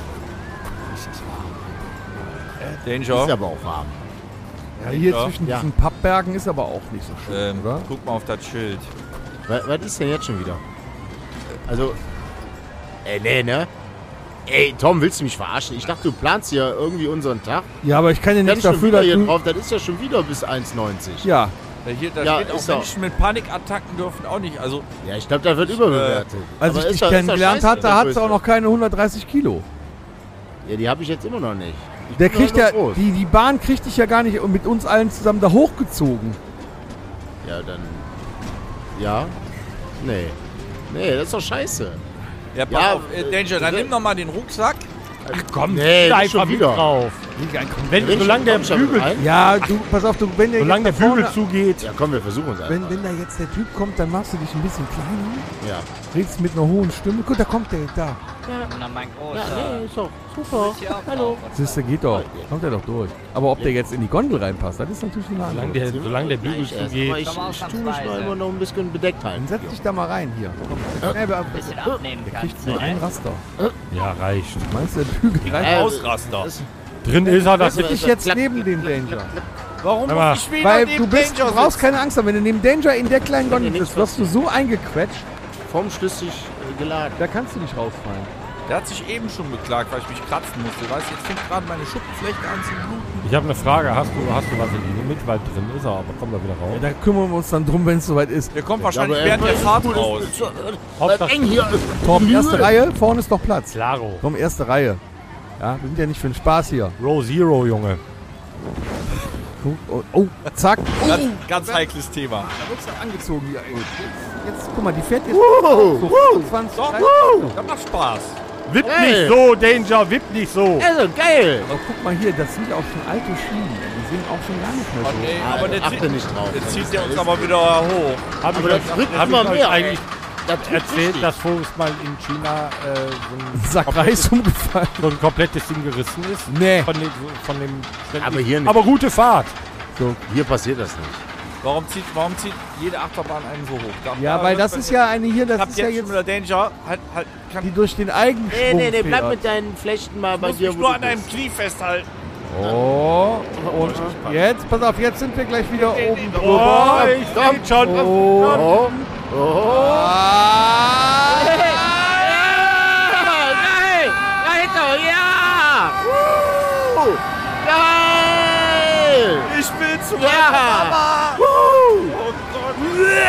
Ist Danger. aber auch warm. Ja, hier Ja. zwischen Ja. diesen Pappbergen ist aber auch nicht so schön, oder? Guck mal auf das Schild. Was ist denn jetzt schon wieder? Also, nee, ne? Ey, Tom, willst du mich verarschen? Ich dachte, du planst ja irgendwie unseren Tag. Ja, aber ich kann ja Das nicht ist schon dafür, wieder dass hier du... drauf. Das ist ja schon wieder bis 1,90. Ja, Da Ja, steht auch, ist doch- Menschen mit Panikattacken dürfen auch nicht. Also, Ja, ich glaube, das wird überbewertet. als Aber ich ist dich doch- ist doch kennengelernt scheiße, hatte, der hat es Größte. auch noch keine 130 Kilo. Ja, die habe ich jetzt immer noch nicht. Ich Der bin kriegt noch ja, groß. die Bahn kriegt dich ja gar nicht mit uns allen zusammen da hochgezogen. Ja, dann. Ja? Nee. Nee, das ist doch scheiße. ja, pass Ja, auf, Danger, dann nimm noch mal den Rucksack. Ach komm, Nee, da nicht schon einfach mit wieder. drauf. Wenn, solange der Bügel, Ja, du, pass auf, du, wenn der solange der jetzt da Bügel vorne, zugeht. Ja, komm, wir versuchen es einfach. wenn da jetzt der Typ kommt, dann machst du dich ein bisschen kleiner, Ja. redest mit einer hohen Stimme. Gut, da kommt der, da. Na, mein Großer. ist doch super. Hallo. Siehst du, geht doch. Kommt er doch durch. Aber ob der jetzt in die Gondel reinpasst, das ist natürlich eine andere. Solange der Bügel zugeht. Aber ich tue mich mal immer noch ein bisschen bedeckt halten. Dann setz dich da mal rein hier. Komm. Ein bisschen abnehmen Der kannst. kriegt nur ein Raster. Ja, reicht. Meinst du, der Bügel reicht? Ausraster. Drin ist er, das Setz dich jetzt neben dem Danger. Warum Aber- muss ich wieder Weil neben du Danger brauchst sitzen? keine Angst haben. Wenn du neben Danger in der kleinen Gondel nichts bist, wirst du so eingequetscht, Vom schlüssig geladen. da kannst du nicht rausfallen. Der hat sich eben schon beklagt, weil ich mich kratzen musste. Weißt du, jetzt fängt gerade meine Schuppenflechte an zu bluten. Ich habe eine Frage. Hast du was in die mit? Weil drin ist er, aber kommt er wieder raus. Ja, da kümmern wir uns dann drum, wenn es soweit ist. Der kommt wahrscheinlich während der Fahrt raus. Hauptsache Eng hier. Torben, erste Reihe, vorne ist doch Platz. Claro. Komm, erste Reihe. Ja, wir sind ja nicht für den Spaß hier. Row Zero, Junge. Oh, zack. Oh, Ganz heikles Thema. da wird's doch angezogen hier. Jetzt, guck mal, die fährt jetzt Wow. so 25, 30. Das macht Spaß. Wipp Hey. nicht so, Danger, wipp nicht so. Also, geil. Aber guck mal hier, das sind ja auch schon alte Schienen. Die sehen auch schon gar nicht mehr Oh, so. nee, aber der Achte zieht, nicht drauf. der zieht der uns aber wieder hoch. Hab Aber das drückt hab immer ich euch mehr. eigentlich Das tut erzählt, richtig. dass voriges Mal in China Sack Reis umgefallen. so ein komplettes Ding gerissen ist? Nee. Von dem Aber hier nicht. Aber gute Fahrt. Hier passiert das nicht. Warum zieht jede Achterbahn einen so hoch? Ja, weil das ist ja eine hier, das Habt ist ja jetzt jetzt, schon wieder Danger. die durch den Eigenschwung Nee, bleib fährt. mit deinen Flechten mal bei muss dir, mich wo nur du an deinem bist. Knie festhalten. Oh, und jetzt, pass auf, jetzt sind wir gleich wieder oben Oh, drüber. ich komm schon. Oh. Ah. Geil! Dahinter, ja! Geil! Ich will zurück. Ja! Oh Gott.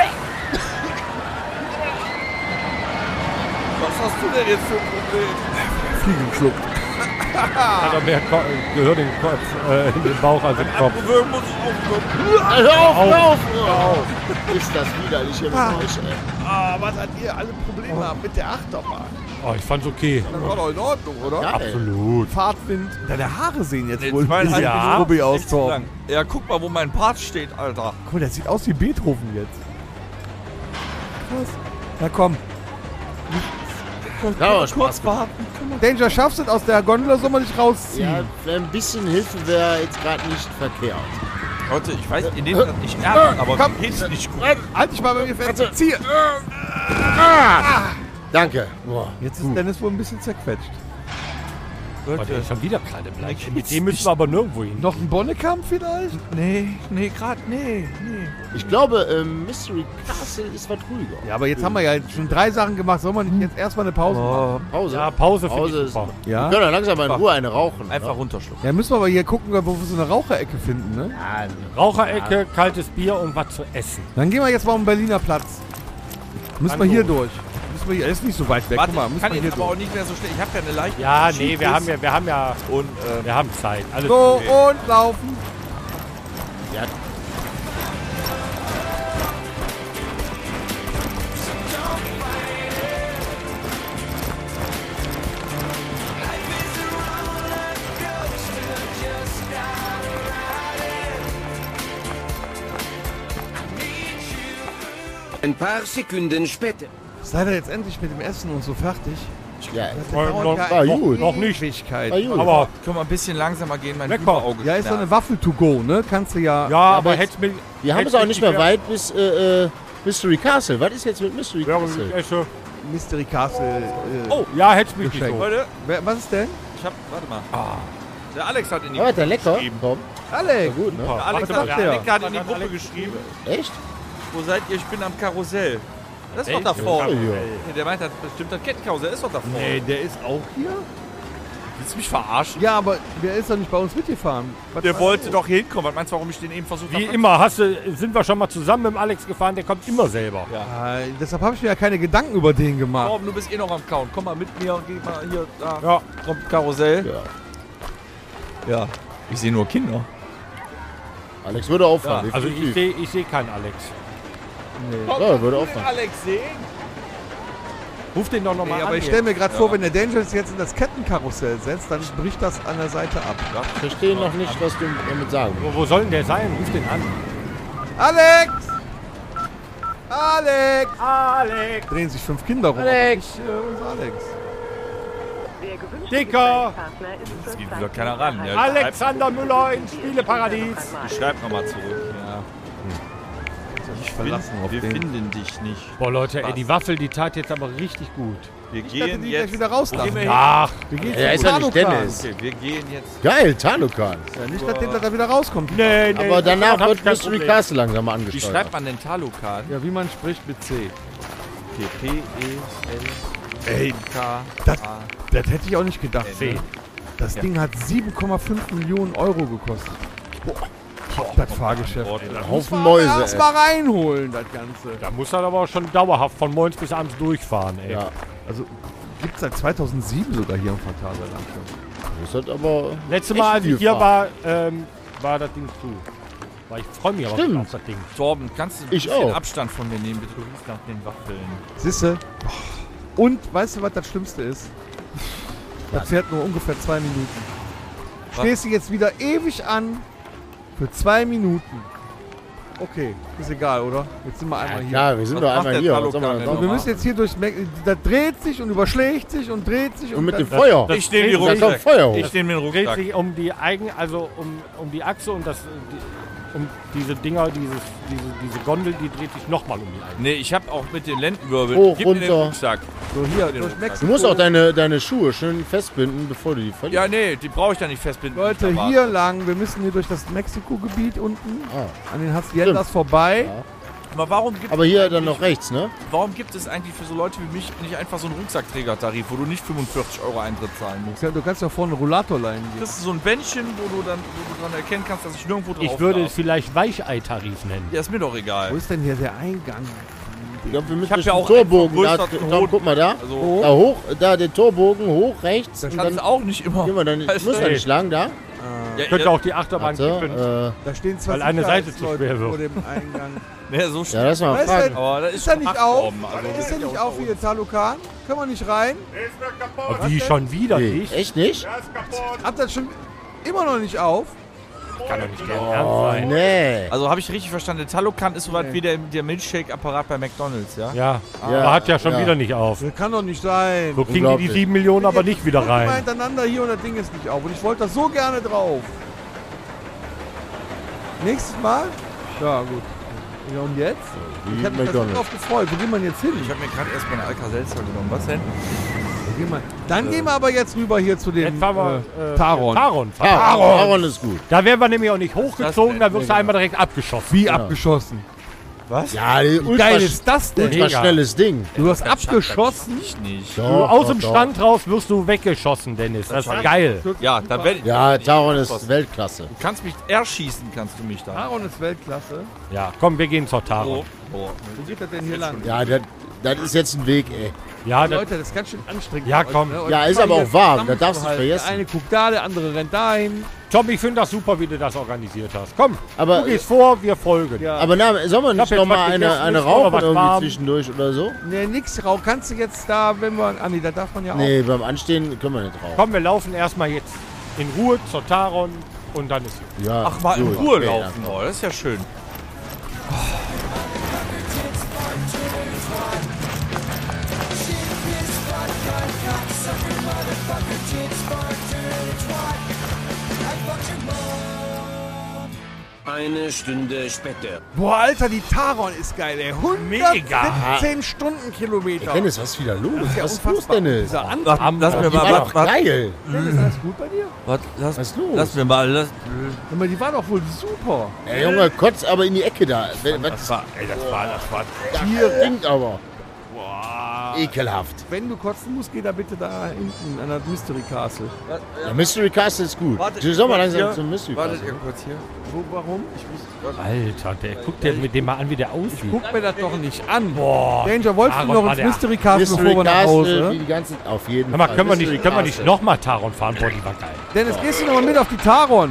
Was hast du denn jetzt für ein Problem? Fliegen geschluckt. Hat er mehr Gehör in den Bauch als im Kopf. Abgewöhnen muss ich aufkommen. Hör auf! Ist das widerlich hier mit euch, ey. Ah, was hat ihr alle Probleme habt mit der Achterbahn? Oh, ich fand's okay. Das war doch in Ordnung, oder? Geil. Absolut. Fahrtwind. Deine Haare sehen jetzt Nee, wohl ein 2,5 bisschen Ja. strubbi aus, Echt zu Torben. lang. Ja, guck mal, wo mein Part steht, Alter. Guck mal, der sieht aus wie Beethoven jetzt. Krass. Na komm. Ja, Spaß. Danger, schaffst du es aus der Gondel oder soll man dich rausziehen? Ja, vielleicht ein bisschen Hilfe wäre jetzt gerade nicht verkehrt. Leute, ich weiß, ihr nehmt das nicht ernst, aber Komm. mir geht's nicht gut. Halt dich mal bei mir fest. Ziehe. Danke. Boah. Jetzt ist Dennis wohl ein bisschen zerquetscht. Oh, der ist schon wieder gerade bleich. Mit dem müssen wir aber nirgendwo hin. Noch ein Bonnekamp vielleicht? Nee, nee. Ich glaube, Mystery Castle ist was ruhiger. Ja, aber jetzt haben wir ja schon 3 Sachen gemacht. Soll man nicht jetzt erstmal eine Pause machen? Pause. Ja, Pause finde Pause ich ist. super. Wir Ja? können ja langsam mal in Ruhe eine rauchen. Einfach ne? runterschlucken. Ja, müssen wir aber hier gucken, wo wir so eine Raucherecke finden, ne? Ja, Raucherecke, kaltes Bier und was zu essen. Dann gehen wir jetzt mal um den Berliner Platz. Müssen wir hier durch. Müssen wir hier, ist nicht so weit weg. Warte, Guck mal, ich müssen kann wir hier jetzt aber auch durch. nicht mehr so schnell. Ich habe ja eine leichte Ja, nee, Schiefriss. wir haben Und, wir haben Zeit. Alles So, okay. und laufen. ja. Ein paar Sekunden später. Seid ihr jetzt endlich mit dem Essen und so fertig? Ja, Das dauert ja war eine gut. Noch nicht. Ewigkeit. war gut. Aber Können wir ein bisschen langsamer gehen, mein Lecker. Überauge. Ja, ist so eine Waffel to go, ne? Kannst du ja. ja, aber jetzt- hätte mir. Wir haben es auch nicht mehr weit bis Mystery Castle. Was ist jetzt mit Mystery Castle? Mystery Castle. Oh, Ja, hätte mich nicht Geschenk. so. Leute, Was ist denn? ich hab, warte mal. Der Alex hat in die Aber der lecker. geschrieben. Komm. Alex. Gut, ne? Der Alex, Was hat, sagt der der? Alex hat in die Was hat Gruppe Alex geschrieben. Echt? Wo seid ihr? Ich bin am Karussell. Das ist doch da vorne. Ja. Nee, der meint, das bestimmt das Kettenkarussell ist doch da vorne. Nee, der ist auch hier? Willst du mich verarschen? Ja, aber der ist doch nicht bei uns mitgefahren. Was Der war wollte das? doch hier hinkommen. Was meinst du, warum ich den eben versucht habe? Wie immer, sind wir schon mal zusammen mit dem Alex gefahren, der kommt immer selber. Ja. Deshalb habe ich mir ja keine Gedanken über den gemacht. Torben, du bist eh noch am Kauen. Komm mal mit mir und geh mal hier, da. Ja. Kommt Karussell. Ja. Ja. Ich sehe nur Kinder. Alex würde auffahren. Also ich sehe keinen Alex. Ja, würde auffahren. Alex sehen? Ruf den doch nochmal Nee, an. aber ich stelle mir gerade vor, wenn der Dangerous jetzt in das Kettenkarussell setzt, dann bricht das an der Seite ab. Ich verstehe noch nicht, was du damit sagen willst. Wo soll denn der sein? Ruf den an. Alex! Alex! Alex! Drehen sich 5 Kinder rum. Alex! Unser Alex. Dicker! Es geht wieder keiner ran. Ja, Alexander Müller ins Spieleparadies. Ich schreib nochmal zurück. Ja. verlassen auf Wir den. finden dich nicht. Boah, Leute, ey, die Waffel, die tat jetzt aber richtig gut. Wir Ich dachte, gehen die gleich jetzt wieder rauslassen. Gehen wir Ach, Wir gehen Ja, ist zum ja nicht Tanukan. Dennis. Okay, wir gehen jetzt. Geil, Tanukan. Ja, nicht, dass der da wieder rauskommt. nee, Aber danach hab wird ich kein Mystery Problem. Castle langsam Wie angesteuert. schreibt man denn Talukan? Ja, wie man spricht mit C. Ey, Das hätte ich auch nicht gedacht. C. Das Ding hat 7,5 Millionen Euro gekostet. Boah, das Fahrgeschäft. Haufen Mäuse, Erst ey. mal reinholen, das Ganze. Da muss er aber auch schon dauerhaft von morgens bis abends durchfahren, ey. Ja, Also gibt es seit 2007 sogar hier im Phantasialand schon. das hat aber... Letztes echt Mal, als viel ich hier Fahrt. war das Ding zu. Weil ich freue mich aber Stimmt. schon auf das Ding. Torben, kannst du ein Ich bisschen auch. Abstand von mir nehmen, bitte? Du riechst nach den Waffeln. Siehste? Und weißt du, was das Schlimmste ist? Das fährt nur ungefähr 2 Minuten. Was? Stehst du jetzt wieder ewig an für 2 Minuten. Okay, ist egal, oder? Jetzt sind wir einmal hier. Ja, wir sind Was doch macht einmal der hier. Was Talukan soll man denn denn Und wir noch? müssen jetzt hier durch... Das dreht sich und überschlägt sich und dreht sich. Und mit dem das- Feuer. das- Ich nehme die Da kommt Rucksack. Feuer hoch. Ich nehme den Dreht Rucksack. sich um die Achse und das um diese Dinger, diese Gondel, die dreht sich nochmal um die eine. Nee, ich habe auch mit den Lendenwirbeln. Hoch, Gib mir den runter. Rucksack. So, hier, Den durch Rucksack. Mexiko. Du musst auch deine Schuhe schön festbinden, bevor du die verlierst. Ja, nee, die brauche ich da nicht festbinden. Leute, Aber- hier lang. Wir müssen hier durch das Mexiko-Gebiet unten. Ah. An den Haciendas vorbei. Ja. Aber warum gibt Aber hier dann noch rechts, ne? Warum gibt es eigentlich für so Leute wie mich nicht einfach so einen Rucksackträgertarif, wo du nicht 45 € Eintritt zahlen musst? Du kannst ja vorne einen Rollator leihen gehen. Das ist so ein Bändchen, wo du dran erkennen kannst, dass ich nirgendwo drauf Ich würde es darf. vielleicht Weichei-Tarif nennen. Ja, ist mir doch egal. Wo ist denn hier der Eingang? Ich glaube, wir müssen hab durch ja den auch Torbogen. einfach Da, größer- Tom, guck mal da. Also, Da hoch, da den Torbogen hoch, rechts. das Und kannst dann du auch nicht immer. gehen wir dann, Also, muss da nicht lang, da. Ja, Könnte auch die Achterbahn Warte, kippen. Da stehen zwei Weil eine Seite zu Sicherheitsleute schwer wird. vor dem Eingang. ja, so ja, schnell. lass mal Weißt fragen. du, Aber das ist er schon nicht acht auf? oben, also Ist er nicht auf hier, Talukan? Können wir nicht rein? Der ist mir kaputt. Aber wie schon wieder Nee, nicht? echt nicht? Der ist kaputt. Habt ihr schon immer noch nicht auf? Kann doch nicht der Ernst Oh, sein. nee. Also habe ich richtig verstanden, der Talokan ist so weit wie der Milchshake-Apparat bei McDonalds, ja? Ja, Ja, aber hat ja schon ja. wieder nicht auf. Das kann doch nicht sein. So kriegen die Unglaublich. 7 Millionen aber nicht wieder Guck mal rein. hintereinander hier und das Ding ist nicht auf. Und ich wollte da so gerne drauf. Nächstes Mal? Ja, gut. Ja, und jetzt? Ich hätte mich da so McDonald's. drauf gefreut. Wo gehen wir jetzt hin? Ich habe mir gerade erstmal eine Alka-Seltzer genommen. Was denn? Dann gehen wir aber jetzt rüber hier zu dem Jetzt fahren wir Taron. Taron. Aaron ist gut. Da werden wir nämlich auch nicht hochgezogen, da wirst du genau. einmal direkt abgeschossen. Wie abgeschossen? Was? Ja, Wie geil ist das denn? ultra schnelles Ding. Du hast abgeschossen? Ich nicht. Du, aus dem Stand raus wirst du weggeschossen, Dennis. Das ist geil. Ja, da werde ich. Ja, Taron ist Weltklasse. Du kannst mich erschießen, kannst du mich da. Taron ist Weltklasse. Ja, komm, wir gehen zur Taron. Oh. Wo geht das denn hier lang? Ja, das ist jetzt ein Weg, ey. Ja, das, Leute, das ist ganz schön anstrengend. Ja, für euch, komm. ne? Ja, Euch ist aber hier auch warm, das darfst du nicht zusammenzuhalten. vergessen. Der eine guckt da, der andere rennt dahin. Tom, ich finde das super, wie du das organisiert hast. Komm, Aber, du gehst vor, wir folgen. Ja. aber na, sollen wir hab nicht jetzt noch mal was eine gegessen, ist rauchen noch was irgendwie warm. zwischendurch oder so? Ne, nix rauch. Kannst du jetzt da, wenn wir... Ah, nee, da darf man ja auch. Nee, beim Anstehen können wir nicht rauchen. Komm, wir laufen erstmal jetzt in Ruhe zur Taron und dann ist gut. Ja, Ach, mal in gut, Ruhe okay, laufen. dann. Oh, das ist ja schön. Eine Stunde später. Boah, Alter, die Taron ist geil, ey. 117 Stundenkilometer. Dennis, was ist wieder los? Ja, Was ist los, unfassbar. Dennis? Dieser Lass Am- mir Die war mal. doch geil. Dennis, alles gut bei dir? Was Was ist los? lass mir mal. Hör mal, die war doch wohl super. Ey, Junge, kotzt aber in die Ecke da. Was? Das war Hier ringt aber. Ekelhaft. Wenn du kotzen musst, geh da bitte da hinten an das Mystery Castle. Der Mystery Castle ist gut. Du soll mal langsam zum Mystery Wartet Castle. ihr kurz hier. Warum? Alter, der guckt dir mit dem mal an, wie der aussieht. Guck mir das doch nicht an. Boah. Danger, wolltest du Taron noch war ins der- Mystery Castle, Mystery bevor wir nach Castle, Hause? wie die ganzen, auf jeden Hör mal, Fall. können wir Mystery nicht Castle. nochmal Taron fahren? Boah, die war geil. Dennis, gehst du noch mal mit auf die Taron?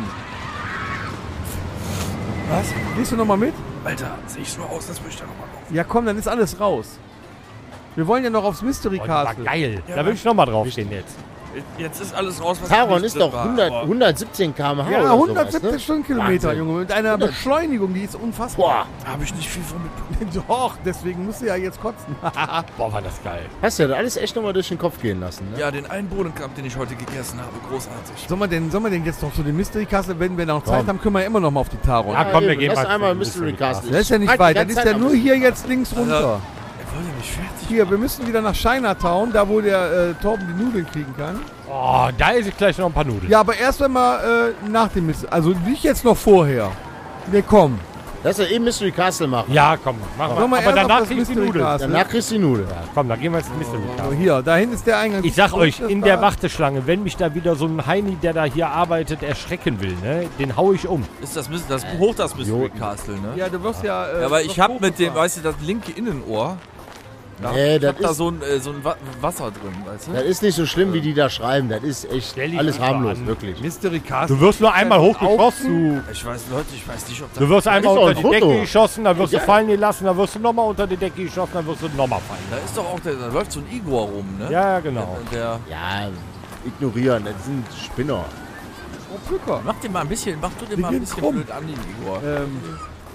Was? Gehst du noch mal mit? Alter, sehe ich so aus, das möchte ich da nochmal laufen. Ja komm, dann ist alles raus. Wir wollen ja noch aufs Mystery Boah, die war Castle. geil. Da will ich nochmal draufstehen jetzt. Jetzt ist alles raus, was Taron nicht ist drin doch war. 117 km/h. Ja, oder 117 sowas, ne? Stundenkilometer, Wahnsinn. Junge. Mit einer Beschleunigung, die ist unfassbar. Boah, Habe ich nicht viel von mitbekommen. Doch, deswegen musst du ja jetzt kotzen. Boah, war das geil. hast du ja alles echt nochmal durch den Kopf gehen lassen, ne? Ja, den einen Bohnenkamp, den ich heute gegessen habe, großartig. Sollen wir denn jetzt noch zu dem Mystery Castle, wenn wir noch Zeit Komm. haben, können wir immer noch mal auf die Taron. Ja, komm, wir eben, gehen lass mal einmal zum Mystery Mystery Castle. Das ist ja nicht Halt die weit, das ganze ist Zeit ja nur am- hier jetzt links runter. Er wollte mich fertig. Hier, wir müssen wieder nach Chinatown, da wo der Torben die Nudeln kriegen kann. Oh, da esse ich gleich noch ein paar Nudeln. Ja, aber erst einmal nach dem Mystery, also nicht jetzt noch vorher. Wir kommen. Lass ja eben Mystery Castle machen. Ja, komm, machen Sollen wir wir. Aber erst auf danach das kriegst du die Mystery Nudeln. Castle? Danach kriegst du die Nudeln. Ja, komm, dann gehen wir jetzt ins Mystery So, Castle. hier, dahin ist der Eingang. Ich sag euch, Das in da- der Warteschlange, wenn mich da wieder so ein Heini, der da hier arbeitet, erschrecken will, ne, den hau ich um. Ist das hoch das Mystery Castle, ne? Ja, du wirst ja. Ja, aber ich habe mit dem, hochgefahren. weißt du, das linke Innenohr. Da, Nee, ich das hab da ist- so ein Wasser drin, weißt du? Das ist nicht so schlimm, wie die da schreiben. Das ist echt Stell dich alles einfach harmlos, an. wirklich. Mystery Castle. Du wirst nur einmal Aufzug. hochgeschossen. Ich weiß, Leute, ich weiß nicht, ob das... Du wirst einmal ist doch unter ein die Decke Foto. geschossen, dann wirst du Ja. fallen gelassen, dann wirst du nochmal unter die Decke geschossen, dann wirst du nochmal fallen. Da ist doch auch, da läuft so ein Igor rum, ne? Ja, genau. Der Ja, ignorieren. Das sind Spinner. Oh, Pücker. mach du dir mal ein bisschen Die gehen blöd an, den Igor.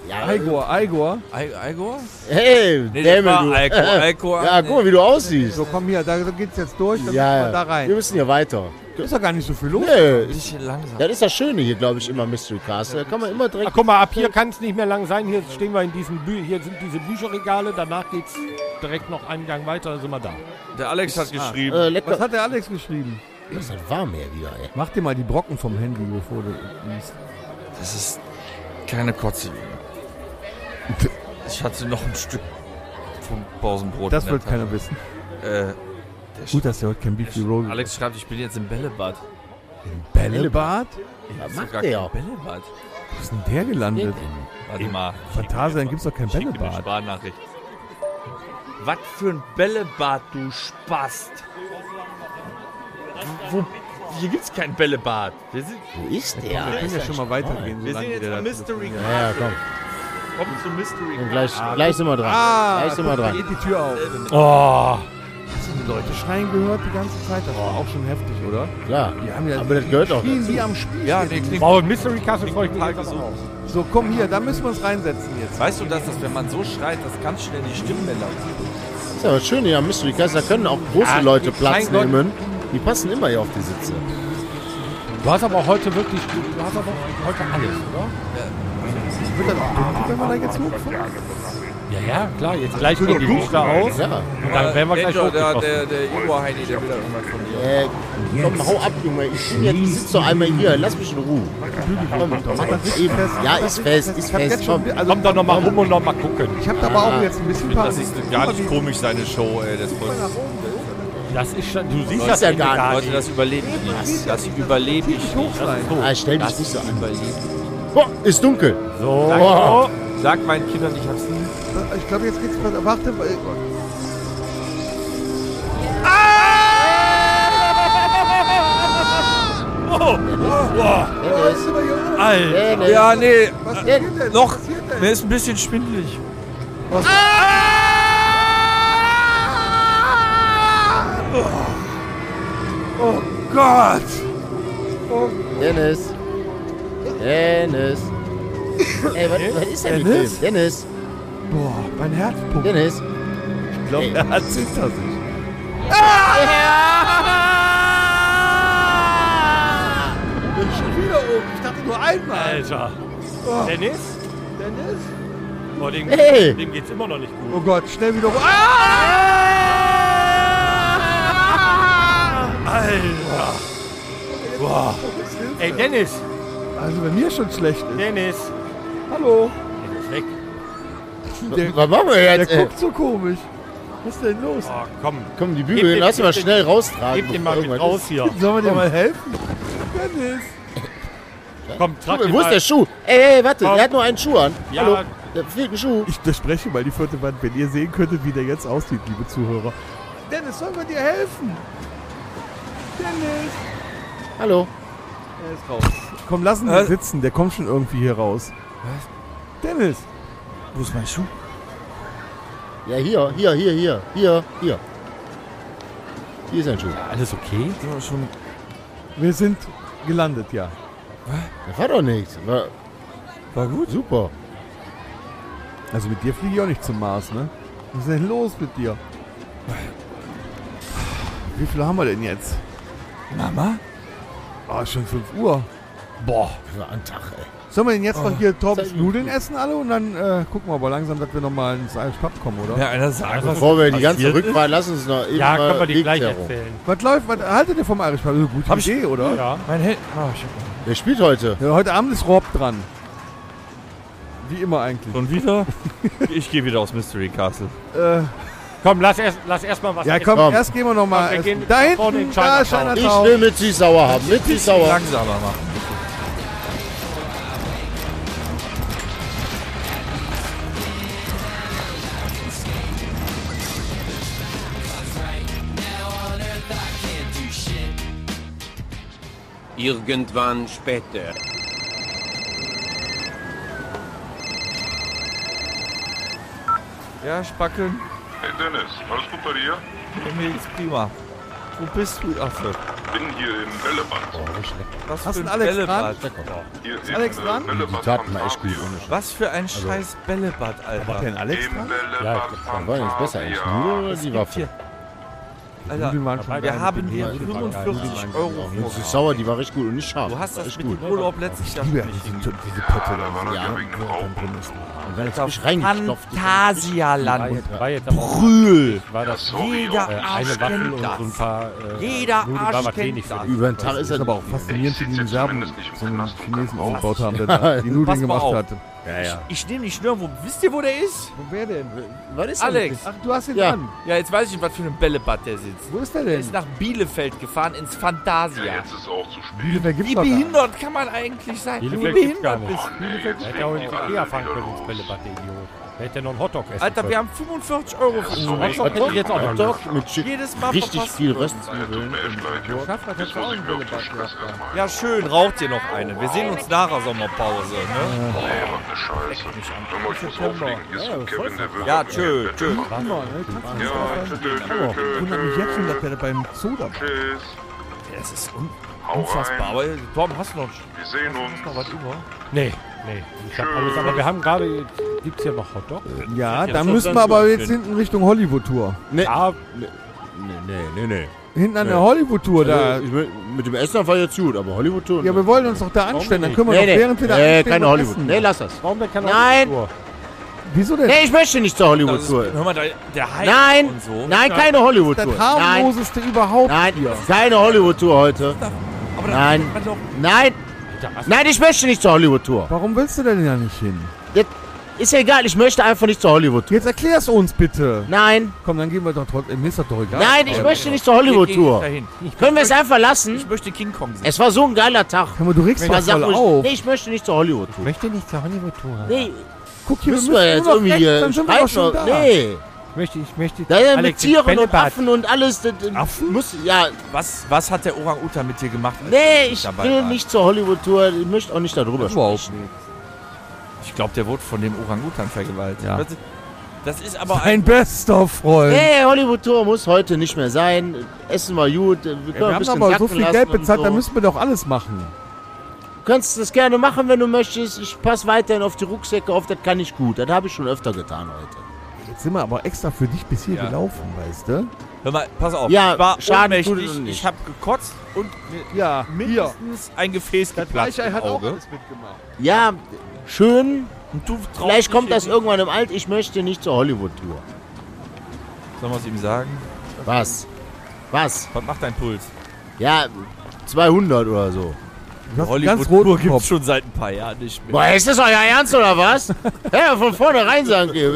Ja, Igor. Igor? Hey, Nee, Dämel, das du. war Igor. Ja, guck mal, wie du aussiehst. So, komm hier, da geht's jetzt durch, dann Ja, müssen wir da rein. wir müssen hier weiter. Ist doch gar nicht so viel los. Nee, Ein bisschen langsam. das ist das Schöne hier, glaube ich, immer Mystery Castle. Da kann man immer Ach, direkt... guck mal, ab hier kann es nicht mehr lang sein. Hier stehen wir in diesen hier sind diese Bücherregale. Danach geht's direkt noch einen Gang weiter, dann sind wir da. Der Alex hat geschrieben. lecker. Was hat der Alex geschrieben? Das ist warm hier wieder, ey. Mach dir mal die Brocken vom Handy, bevor du liest. Das ist keine Kotze. Ich hatte noch ein Stück vom Pausenbrot. Das in der wird Tasche. keiner wissen. Der Gut, dass der heute kein Beefy Roll... Alex schreibt, ich bin jetzt im Bällebad. Bällebad? Was Ist macht doch gar der? kein Bällebad. Wo ist denn der gelandet? Warte mal. Phantasialand gibt's doch kein Schick mir eine Bällebad. Sprachnachricht. Was für ein Bällebad, du Spast. Hier gibt's kein Bällebad. Wir sind, Wo ist der? Wir können ja schon mal weitergehen, wir solange sind jetzt der am da Mystery telefoniert. Ja, ja, komm. Kommt zum Mystery. Und gleich sind wir dran. Gleich sind wir da dran. geht die Tür auf. Oh, Hast du die Leute schreien gehört die ganze Zeit? Das war auch schon heftig, oder? Klar. Die haben ja Aber das gehört auch Spielen dazu. wie am Spiel. Ja, nee, klingt. wow, Mystery Castle freue ich mich total einfach gesund. auf. So, komm hier, da müssen wir uns reinsetzen jetzt. Weißt du, dass das, wenn man so schreit, das ganz schnell die Stimmbänder Das ist ja was Schönes hier am Mystery Castle. Da können auch große Leute Platz mein Gott. nehmen. Die passen immer hier auf die Sitze. Du hast aber heute wirklich, du hast aber heute alles, oder? Wird dann auch dunkel, wenn wir da jetzt hochfahren? Ja, ja, klar. Jetzt gleich gehen die Lichter aus. Ja. Und dann werden wir gleich hochgeschossen. der Igor Heini, der will da irgendwas von dir. Komm, hau ab, Junge. Ich sitze doch einmal hier. Lass mich in Ruhe. Komm, Mach das richtig eben. fest. Ja, ist fest, ist Ich hab fest. jetzt schon, Komm. also, Komm doch noch mal rum und noch mal gucken. ich hab da aber auch jetzt ein bisschen Das ist gar nicht komisch, seine Show, ey. Das Das ist schon, du siehst Das das ist ja Ende gar Leute, das überlebe ich nicht. Das überlebe ich nicht. hoch sein. Ah, stell dich Das nicht so an. überlebe ich. Boah, ist dunkel. So. Boah. Sag meinen Kindern, ich hab's nie. Ich glaube, jetzt geht's. Warte. Alter. Ja, nee. Was passiert denn? Noch. Was passiert denn? Mir ist ein bisschen schwindelig. Oh Gott! Dennis. Ey, was ist denn mit dem? Dennis? Dennis. Boah, mein Herz pumpt. Dennis. Ich glaube, er hat es hinter sich. Ich bin schon wieder oben. Ich dachte nur einmal. Alter. Dennis? Oh, dem, Hey. dem geht's immer noch nicht gut. Oh Gott, schnell wieder hoch. Alter. Boah. Ey, Dennis. Also, wenn mir schon schlecht ist. Dennis. Hallo. Der ist weg. Was machen wir Der jetzt? guckt so komisch. Was ist denn los? Oh, komm. Komm, die Gib Bügel, den- lass mal gib den- schnell raustragen. Gib den mal bevor mit irgendwas raus hier. Sollen wir dir mal helfen? Dennis. Komm, trag ist. den Wo ist mal. der Schuh? Ey, warte, Komm. der hat nur einen Schuh an. Ja. Hallo, da fehlt ein Schuh. Ich durchspreche mal die vierte Wand, wenn ihr sehen könntet, wie der jetzt aussieht, liebe Zuhörer. Dennis, sollen wir dir helfen? Dennis. Hallo. Er ist raus. Komm, lassen wir sitzen, der kommt schon irgendwie hier raus. Was? Dennis. Wo ist mein Schuh? Ja, hier. Hier ist ein Schuh. Alles okay? Wir sind gelandet, ja. Das war doch nichts. War gut. Super. Also mit dir fliege ich auch nicht zum Mars, ne? Was ist denn los mit dir? Wie viel haben wir denn jetzt? Mama? Ah, schon 5 Uhr. Boah. Das war ein Tag, ey. Sollen wir denn jetzt noch hier Torbens Zeig- Nudeln essen alle und dann gucken wir aber langsam, dass wir nochmal ins Irish Pub kommen, oder? Ja, einer sagt, was Bevor wir die ganze passiert Rückfahrt, lass uns noch eben Ja, mal können wir die gleich Wegklärung. erzählen. Was läuft? Was haltet ihr vom Irish Pub? Also, gute Hab ich- Idee, oder? Ja. Mein Held. Wer spielt heute? Ja, heute Abend ist Rob dran. Wie immer eigentlich. Schon wieder? Ich gehe wieder aufs Mystery Castle. Komm, lass erst mal was Ja, essen. komm, Komm. erst gehen wir nochmal. Komm, wir gehen Da vorne in hinten, da ist Chinatown. Ich Chinatown. will mit sich sauer haben. Mit sich sauer. Langsamer machen. Irgendwann später. Ja, Spackeln. Hey Dennis, alles gut bei dir? Mir geht's prima. Wo bist du? Achso. Bin hier im Bällebad. Was Hast für du ein einen Alex Bällebad. Hier Ist Alex im dran? Bällebad Die taten von mal echt gut, Mario. ohne Scheiß. Was für ein scheiß Bällebad, War Alter. denn Alex Im dran? Bällebad von War jetzt besser eigentlich. Nur oder die Waffe? Alter, Nudeln waren schon wir geil haben mit dem hier Hähnchen. 45 Euro Die ist sauer, die war richtig gut und nicht scharf. Du hast War das echt mit dem Urlaub letztes Jahr Ich liebe nicht diese hingekriegt. Pötte da. Ja, Ja, wegen Rauch. und wenn jetzt nicht reingestopft ist. Phantasialand. War jetzt aber auch Brühl. war das Jeder eine Arsch Waffel kennt und so ein das. paar Jeder Nudeln Arsch war was kennt wenig für das. die. Über den Tag Das ist ist er aber auch faszinierend, wie die jetzt Serben zumindest nicht so einen anders Chinesen drauf. aufgebaut haben, der da die Nudeln Pass mal gemacht auf. hat. Ja, ja. Ich nehme nicht schnell, wisst ihr, wo der ist? Wo wer denn? Was ist Alex. Ach, du hast ihn Ja. an. Ja, jetzt weiß ich nicht, was für ein Bällebad der sitzt. Wo ist der Der denn? ist nach Bielefeld gefahren, ins Fantasia. Ja, jetzt ist auch zu spät. Bielefeld gibt's Wie doch gar nicht. behindert kann man eigentlich sein? Bielefeld Wie gibt's gar behindert nicht. bist du? Er hätte ja auch ins Ikea fahren können ins Bällebad, der Idiot. Der hätte ja noch einen Hotdog essen Alter, können. wir haben 45 Euro für So, Hotdog hätte ich jetzt auch noch Doch, Lust. mit Chick. Jedes Mal Richtig verpasst. viel Tut mir Röstzwiebeln. echt leid, Jungs. Schaffrath Jetzt hätte auch muss ich einen mir auf den Bällebad Stress gehabt. erstmal. Ja, schön, raucht ihr noch eine. Wir sehen uns nach der Sommerpause. Ne? Nee, was eine Scheiße. Hör mal, ich muss auflegen. Hier ist Kevin, der will. Ja, tschö, tschö. Immer, ne? Kannst du Ja, nicht tschö, machen. tschö, Wundert mich jetzt schon, dass der beim Zoo dabei ist. Tschüss. Das ist Hau unfassbar. rein. Aber Torben, hast du noch Wir sehen uns. was über? Nee. Ich hab alles, aber wir haben gerade. Gibt's hier noch Hotdog? Ja, Ja, da so müssen ganz wir aber gut jetzt finden. hinten Richtung Hollywood-Tour. Ja, Nee. Hinten an der Hollywood-Tour da. Ich will, mit dem Essen war jetzt gut, aber Hollywood-Tour. Ja, wir wollen uns doch da anstellen. Dann können wir Nee, doch während wir da nee, anstehen keine noch Hollywood. essen. Nee, lass das. warum denn keine Nein. Hollywood-Tour? Wieso denn? Nee, ich möchte nicht zur Das ist, Hollywood-Tour. hör mal, der Hype Nein, und so. nein, keine Das Hollywood-Tour. Nein, harmloseste überhaupt nein, hier. keine Hollywood-Tour heute. Aber da Nein. kann man doch- Nein, nein, ich möchte nicht zur Hollywood-Tour. Warum willst du denn ja nicht hin? Ist ja egal, ich möchte einfach nicht zur Hollywood-Tour. Jetzt erklär's uns bitte. Nein, Komm, dann gehen wir doch trotzdem. Mir ist das doch egal. nein, ich möchte nicht zur Wir gehen Hollywood-Tour. dahin. Können wir es einfach lassen? Ich möchte King Kong sehen. Es war so ein geiler Tag. Hör mal, du regst Mal doch sag voll ruhig, auf. nee, ich möchte nicht zur Hollywood-Tour. möchte nicht zur Hollywood-Tour. Nee, Guck hier, müssen wir jetzt nur noch irgendwie rechts, hier dann sind wir doch schon da. Nee, Ich möchte. da sind mit Alex, Tieren und Bällebad. Affen und alles. Das Affen? Muss, ja, Was hat der Orang-Utan mit dir gemacht? als nee, du ich dabei will warst? nicht zur Hollywood-Tour. Ich möchte auch nicht darüber Überhaupt sprechen. Ich glaube, der wurde von dem Orang-Utan vergewaltigt. Ja. Das ist aber Ein bester Freund. Nee, Hollywood-Tour muss heute nicht mehr sein. Essen war gut. Wir können Wir ein haben bisschen aber so sacken viel lassen Geld und bezahlt, so. da müssen wir doch alles machen. Du kannst das gerne machen, wenn du möchtest. Ich passe weiterhin auf die Rucksäcke auf. Das kann ich gut. Das habe ich schon öfter getan heute. Jetzt sind wir aber extra für dich bis hier Ja. gelaufen, weißt du? Hör mal, pass auf. Ja, ich war Schaden tut es ohnmächtig. nicht. Ich habe gekotzt und mir Ja, mindestens ein Gefäß geplatzt im Auge. mitgemacht. Ja, schön. Und du traust Vielleicht dich kommt das hier irgendwann im Alt. Ich möchte nicht zur Hollywood-Tour. nicht. Sollen wir es ihm sagen? Was? Was? Was macht dein Puls? Ja, 200 oder so. Du hast einen ganz Hollywood-Tour roten gibt's Kopf. schon seit ein paar Jahren nicht mehr. Boah, ist das euer Ernst oder was? Ja, von vornherein sagen wir.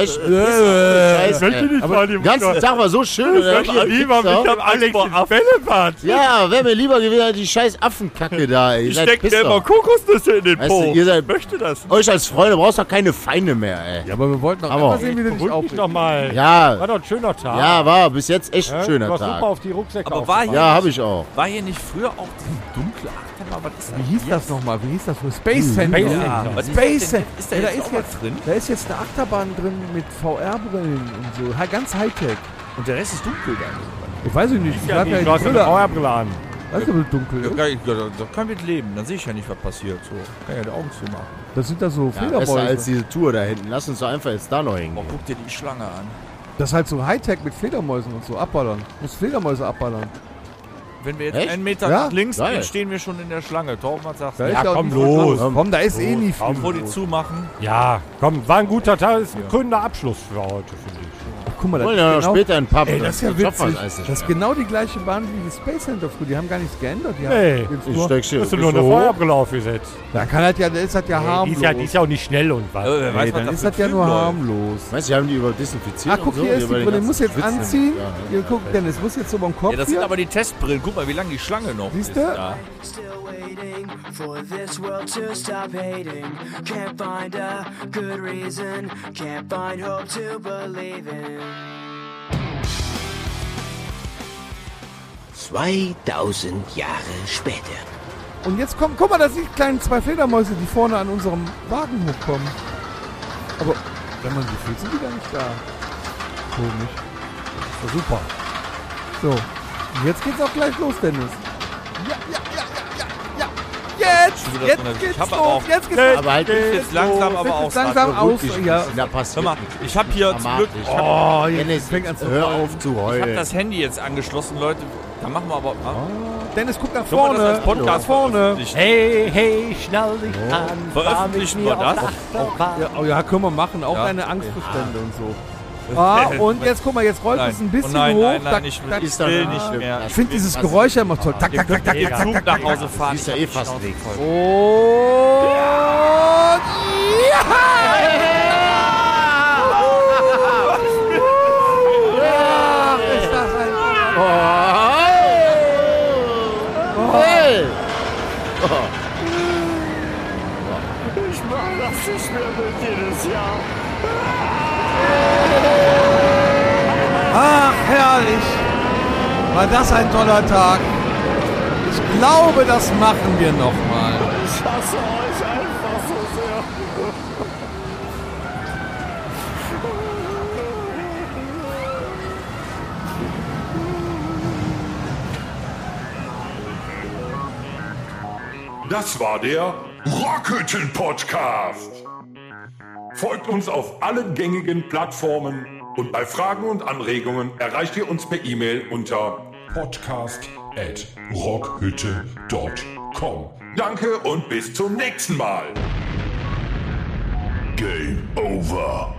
Scheiße. ey. Aber Den ganzen Tag war so schön. oder? Alex ins Bällebad. Ja, wäre mir lieber gewesen als die scheiß Affenkacke da. Ey. Ihr seid Pisser. Kokosnüsse in den Weißt du, ihr seid, möchte das. euch als Freunde brauchst doch keine Feinde mehr, ey. Ja, aber wir wollten doch Aber- einfach sehen, wie du dich Beruhig dich aufregst. noch mal. War Ja, doch ein schöner Tag. ja, war bis jetzt echt ein Du schöner hast super Tag. auf die Rucksäcke Aber war aufgepasst. Ja, habe ich auch. War hier nicht früher auch die dunkle Achterbahn? Was ist Wie hieß das nochmal? Wie hieß das? Space Center. Space Ja, Center. was ist Space das denn? Center. Ist da Ja, da jetzt ist auch was jetzt- drin? Da ist jetzt eine Achterbahn drin mit VR-Brillen und so. Ganz Hightech. Und der Rest ist dunkel dann. Ich weiß nicht. Ich Ja, hab ja du hast die eine Brille. VR-Brille an. Weißt du, wie dunkel ist? Da kann mit leben. Dann sehe ich ja nicht, was passiert. So. Kann ja die Augen zumachen. Das sind da so Ja, besser als Fledermäuse. diese Tour da hinten. Lass uns doch einfach jetzt da noch Oh, hingehen. guck dir die Schlange an. Das ist halt so Hightech mit Fledermäusen und so. Abballern. Muss Fledermäuse abballern. Wenn wir jetzt Echt? einen Meter Ja? nach links Geil. gehen, stehen wir schon in der Schlange. Torben sagt, Da ist Ja, auch komm nicht los. dran. Komm, da ist eh nie Komm, viel. bevor die los. zumachen. Ja, komm, war ein guter Tag. Ist ein krönender Abschluss für heute, finde ich. Guck mal, Wir das wollen ist ja noch genau, später in den Pub. ey, das ist ja klappt witzig. alles nicht Das ist mehr. genau die gleiche Bahn wie das Space Center früher. Die haben gar nichts geändert. Die Nee. haben jetzt Ich nur, steig hier. Hast du Bist nur eine hoch? VR-Brille aufgesetzt? da kann halt ja, da ist halt ja Die harmlos. ist ja auch nicht schnell und was. Wer Nee, dann ist das ja nur harmlos. Weißt du, die haben die über desinfiziert. Ah, guck, und so, hier ist die über den Brille. ganzen Muss jetzt Schwitzen. anziehen. Ja, Hier, guck, Dennis, muss jetzt so beim Kopf Ja, das sind hier. aber die Testbrillen. Guck mal, wie lange die Schlange noch Siehst ist. du? Da. Still waiting for this world to stop hating. Can't find a good reason, can't find hope to believe in. 2000 Jahre später. Und jetzt kommt, guck mal, das sind die kleinen zwei Fledermäuse, die vorne an unserem Wagen hochkommen. Aber wenn man sie fühlt, sind die gar nicht da. Komisch. Super. So, Jetzt geht's auch gleich los, Dennis. Ja. Jetzt geht's hab aber los. auch- Jetzt geht's Aber halt Jetzt langsam, aber auch. langsam aus. Ja. Da passiert Hör mal, ich habe hier zum Glück. Ich habe Oh, Dennis, jetzt fängt an zu hör heulen. auf zu hab heulen. das Handy jetzt angeschlossen, Leute. Da machen wir aber. Dennis, guck nach Sollen wir das vorne. als Podcast Nach vorne. veröffentlichen? Hey, schnall dich an. Veröffentlichen wir das? Ja, oh ja, können wir machen. Auch Ja. deine Angstbestände und so. Und jetzt guck mal, jetzt rollt es ein bisschen nein, hoch. nein, Da- nein, ich da- will, Ist doch will nicht nicht schlimm. mehr. Ich finde dieses Geräusch ja immer toll. Tak, tak, tak, tak, Den tak, Zug tak, nach tak. Hause fahren. Ist ja Ich eh hab die fast Schnauze weg. voll. Und ja! Ist das ein Hey! Ach, herrlich. War das ein toller Tag. Ich glaube, das machen wir noch mal. Ich hasse euch einfach so sehr. Das war der Rockhütten-Podcast. Folgt uns auf allen gängigen Plattformen und bei Fragen und Anregungen erreicht ihr uns per E-Mail unter podcast@rockhütte.com. Danke und bis zum nächsten Mal. Game over.